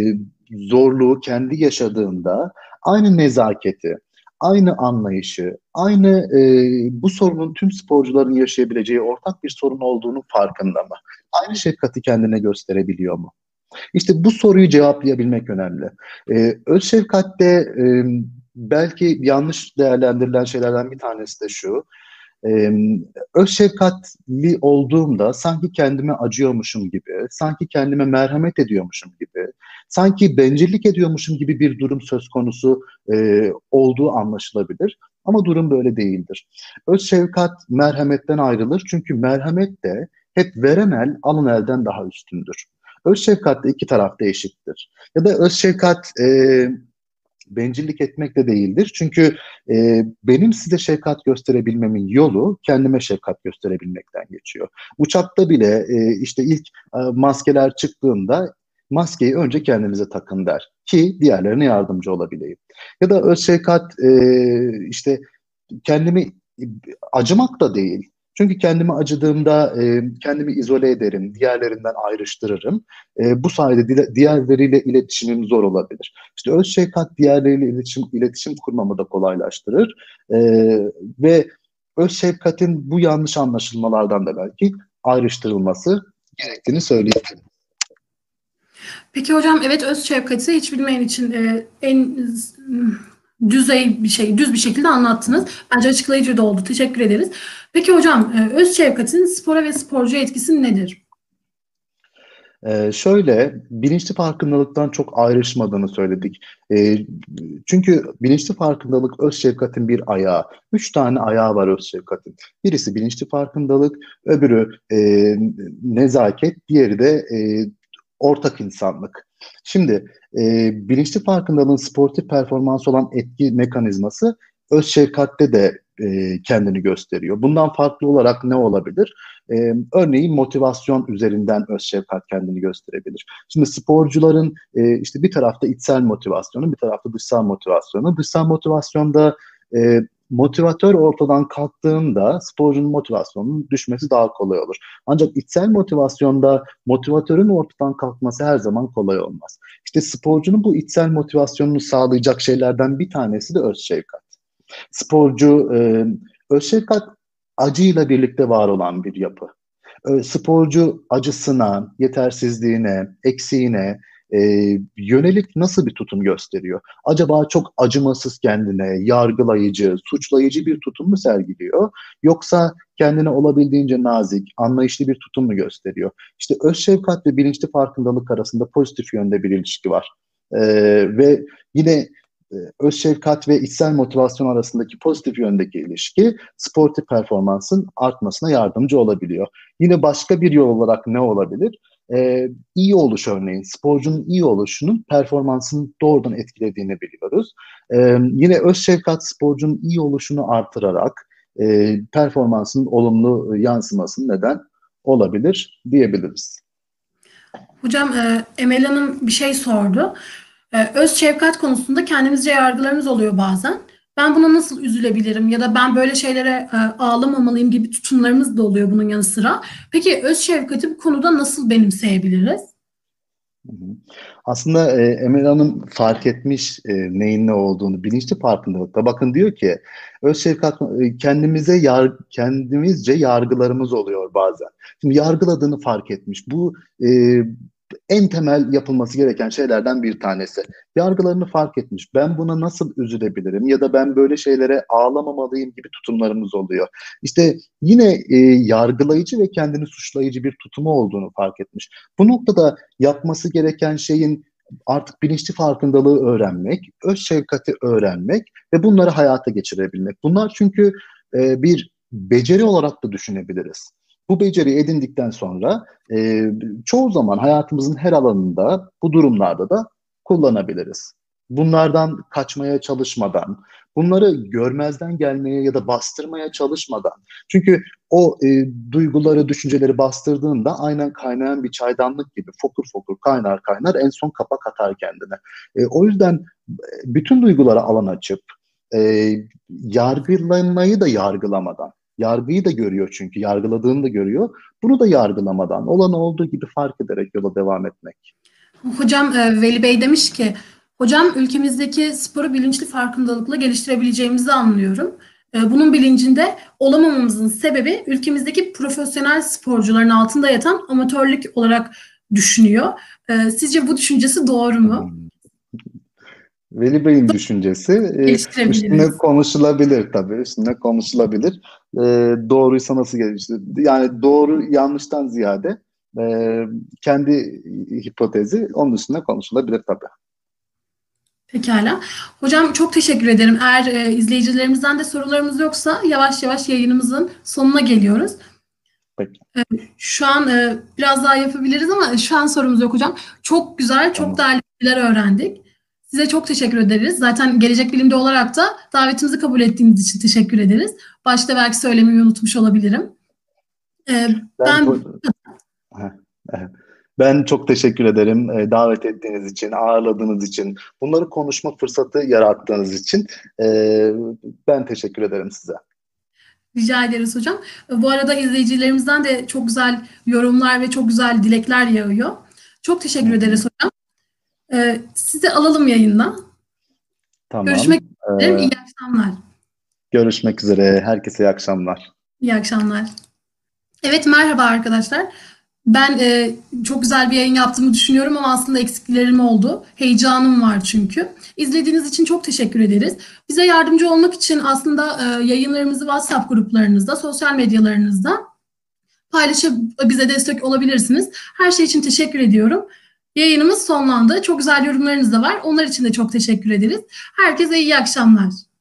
zorluğu kendi yaşadığında, aynı nezaketi, aynı anlayışı, aynı e, bu sorunun tüm sporcuların yaşayabileceği ortak bir sorun olduğunu farkında mı? Aynı şefkati kendine gösterebiliyor mu? İşte bu soruyu cevaplayabilmek önemli. Ee, öz şefkatte e, belki yanlış değerlendirilen şeylerden bir tanesi de şu. Ee, öz şefkatli olduğumda sanki kendime acıyormuşum gibi, sanki kendime merhamet ediyormuşum gibi, sanki bencillik ediyormuşum gibi bir durum söz konusu e, olduğu anlaşılabilir. Ama durum böyle değildir. Öz şefkat merhametten ayrılır. Çünkü merhamet de hep veren el alın elden daha üstündür. Öz şefkat de iki tarafta eşittir. Ya da öz şefkat e, bencillik etmek de değildir. Çünkü e, benim size şefkat gösterebilmemin yolu kendime şefkat gösterebilmekten geçiyor. Uçakta bile e, işte ilk e, maskeler çıktığında maskeyi önce kendinize takın der ki diğerlerine yardımcı olabileyim. Ya da öz şefkat e, işte kendimi acımak da değil. Çünkü kendimi acıdığımda e, kendimi izole ederim, diğerlerinden ayrıştırırım. E, bu sayede dile, diğerleriyle iletişimim zor olabilir. İşte öz şefkat diğerleriyle iletişim, iletişim kurmamı da kolaylaştırır. E, ve öz şefkatin bu yanlış anlaşılmalardan da belki ayrıştırılması gerektiğini söyleyebilirim. Peki hocam, evet, öz şefkati hiç bilmeyen için e, en düzey bir şey, düz bir şekilde anlattınız. Bence açıklayıcı da oldu. Teşekkür ederiz. Peki hocam, e, öz şefkatin spora ve sporcuya etkisi nedir? Ee, şöyle, bilinçli farkındalıktan çok ayrışmadığını söyledik. Ee, Çünkü bilinçli farkındalık öz şefkatin bir ayağı. Üç tane ayağı var öz şefkatin. Birisi bilinçli farkındalık, öbürü e, nezaket, diğeri de e, ortak insanlık. Şimdi e, bilinçli farkındalığın sportif performans olan etki mekanizması öz şefkatte de e, kendini gösteriyor. Bundan farklı olarak ne olabilir? Ee, örneğin motivasyon üzerinden öz şefkat kendini gösterebilir. Şimdi sporcuların e, işte bir tarafta içsel motivasyonu, bir tarafta dışsal motivasyonu. Dışsal motivasyonda e, motivatör ortadan kalktığında sporcunun motivasyonunun düşmesi daha kolay olur. Ancak içsel motivasyonda motivatörün ortadan kalkması her zaman kolay olmaz. İşte sporcunun bu içsel motivasyonunu sağlayacak şeylerden bir tanesi de öz şefkat. Sporcu, e, öz şefkat acıyla birlikte var olan bir yapı. E, sporcu acısına, yetersizliğine, eksiğine e, yönelik nasıl bir tutum gösteriyor? Acaba çok acımasız kendine, yargılayıcı, suçlayıcı bir tutum mu sergiliyor? Yoksa kendine olabildiğince nazik, anlayışlı bir tutum mu gösteriyor? İşte öz şefkat ve bilinçli farkındalık arasında pozitif yönde bir ilişki var. E, ve yine öz şefkat ve içsel motivasyon arasındaki pozitif yöndeki ilişki sportif performansın artmasına yardımcı olabiliyor. Yine başka bir yol olarak ne olabilir? Ee, iyi oluş örneğin. Sporcunun iyi oluşunun performansını doğrudan etkilediğini biliyoruz. Ee, yine öz şefkat sporcunun iyi oluşunu artırarak e, performansının olumlu yansımasını neden olabilir diyebiliriz. Hocam e, Emel Hanım bir şey sordu. E, öz şefkat konusunda kendimizce yargılarımız oluyor bazen. Ben buna nasıl üzülebilirim ya da ben böyle şeylere e, ağlamamalıyım gibi tutumlarımız da oluyor bunun yanı sıra. Peki öz şefkati bu konuda nasıl benimseyebiliriz? Aslında e, Emel Hanım fark etmiş e, neyin ne olduğunu, bilinçli farkındalıkta. Bakın diyor ki, öz şefkat e, kendimize yar, kendimizce yargılarımız oluyor bazen. Şimdi yargıladığını fark etmiş. Bu e, en temel yapılması gereken şeylerden bir tanesi. Yargılarını fark etmiş. Ben buna nasıl üzülebilirim ya da ben böyle şeylere ağlamamalıyım gibi tutumlarımız oluyor. İşte yine e, yargılayıcı ve kendini suçlayıcı bir tutumu olduğunu fark etmiş. Bu noktada yapması gereken şeyin artık bilinçli farkındalığı öğrenmek, öz şefkati öğrenmek ve bunları hayata geçirebilmek. Bunlar çünkü e, bir beceri olarak da düşünebiliriz. Bu beceriyi edindikten sonra e, çoğu zaman hayatımızın her alanında bu durumlarda da kullanabiliriz. Bunlardan kaçmaya çalışmadan, bunları görmezden gelmeye ya da bastırmaya çalışmadan. Çünkü o e, duyguları, düşünceleri bastırdığında aynen kaynayan bir çaydanlık gibi fokur fokur kaynar kaynar en son kapak atar kendine. E, o yüzden bütün duygulara alan açıp e, yargılamayı da yargılamadan, yargıyı da görüyor çünkü yargıladığını da görüyor. Bunu da yargılamadan, olan olduğu gibi fark ederek yola devam etmek. Hocam e, Veli Bey demiş ki, hocam ülkemizdeki sporu bilinçli farkındalıkla geliştirebileceğimizi anlıyorum. E, Bunun bilincinde olamamamızın sebebi ülkemizdeki profesyonel sporcuların altında yatan amatörlük olarak düşünüyor. E, Sizce bu düşüncesi doğru mu? Hmm. Veli Bey'in düşüncesi e, üstüne Geliştirebiliriz. konuşulabilir tabii, üstüne konuşulabilir. E, doğruysa nasıl geliştir? Yani doğru yanlıştan ziyade e, kendi hipotezi onun üstüne konuşulabilir tabii. Pekala. Hocam çok teşekkür ederim. Eğer e, izleyicilerimizden de sorularımız yoksa yavaş yavaş yayınımızın sonuna geliyoruz. Peki, Şu an e, biraz daha yapabiliriz ama şu an sorumuz yok hocam. Çok güzel, çok tamam. değerli bilgiler öğrendik. Size çok teşekkür ederiz. Zaten Gelecek Bilim'de olarak da davetimizi kabul ettiğiniz için teşekkür ederiz. Başta belki söylemeyi unutmuş olabilirim. E, Ben Ben Ben çok teşekkür ederim e, davet ettiğiniz için, ağırladığınız için, bunları konuşma fırsatı yarattığınız için. E, ben teşekkür ederim size. rica ederiz hocam. Bu arada izleyicilerimizden de çok güzel yorumlar ve çok güzel dilekler yağıyor. Çok Hı teşekkür ederiz hı. hocam. E, Sizi alalım yayında. Tamam. Görüşmek E, üzere. İyi akşamlar. görüşmek üzere. Herkese iyi akşamlar. İyi akşamlar. Evet, merhaba arkadaşlar. Ben e, çok güzel bir yayın yaptığımı düşünüyorum ama aslında eksiklerim oldu. Heyecanım var çünkü. İzlediğiniz için çok teşekkür ederiz. Bize yardımcı olmak için aslında e, yayınlarımızı WhatsApp gruplarınızda, sosyal medyalarınızda paylaşıp bize destek olabilirsiniz. Her şey için teşekkür ediyorum. Yayınımız sonlandı. Çok güzel yorumlarınız da var. Onlar için de çok teşekkür ederiz. Herkese iyi akşamlar.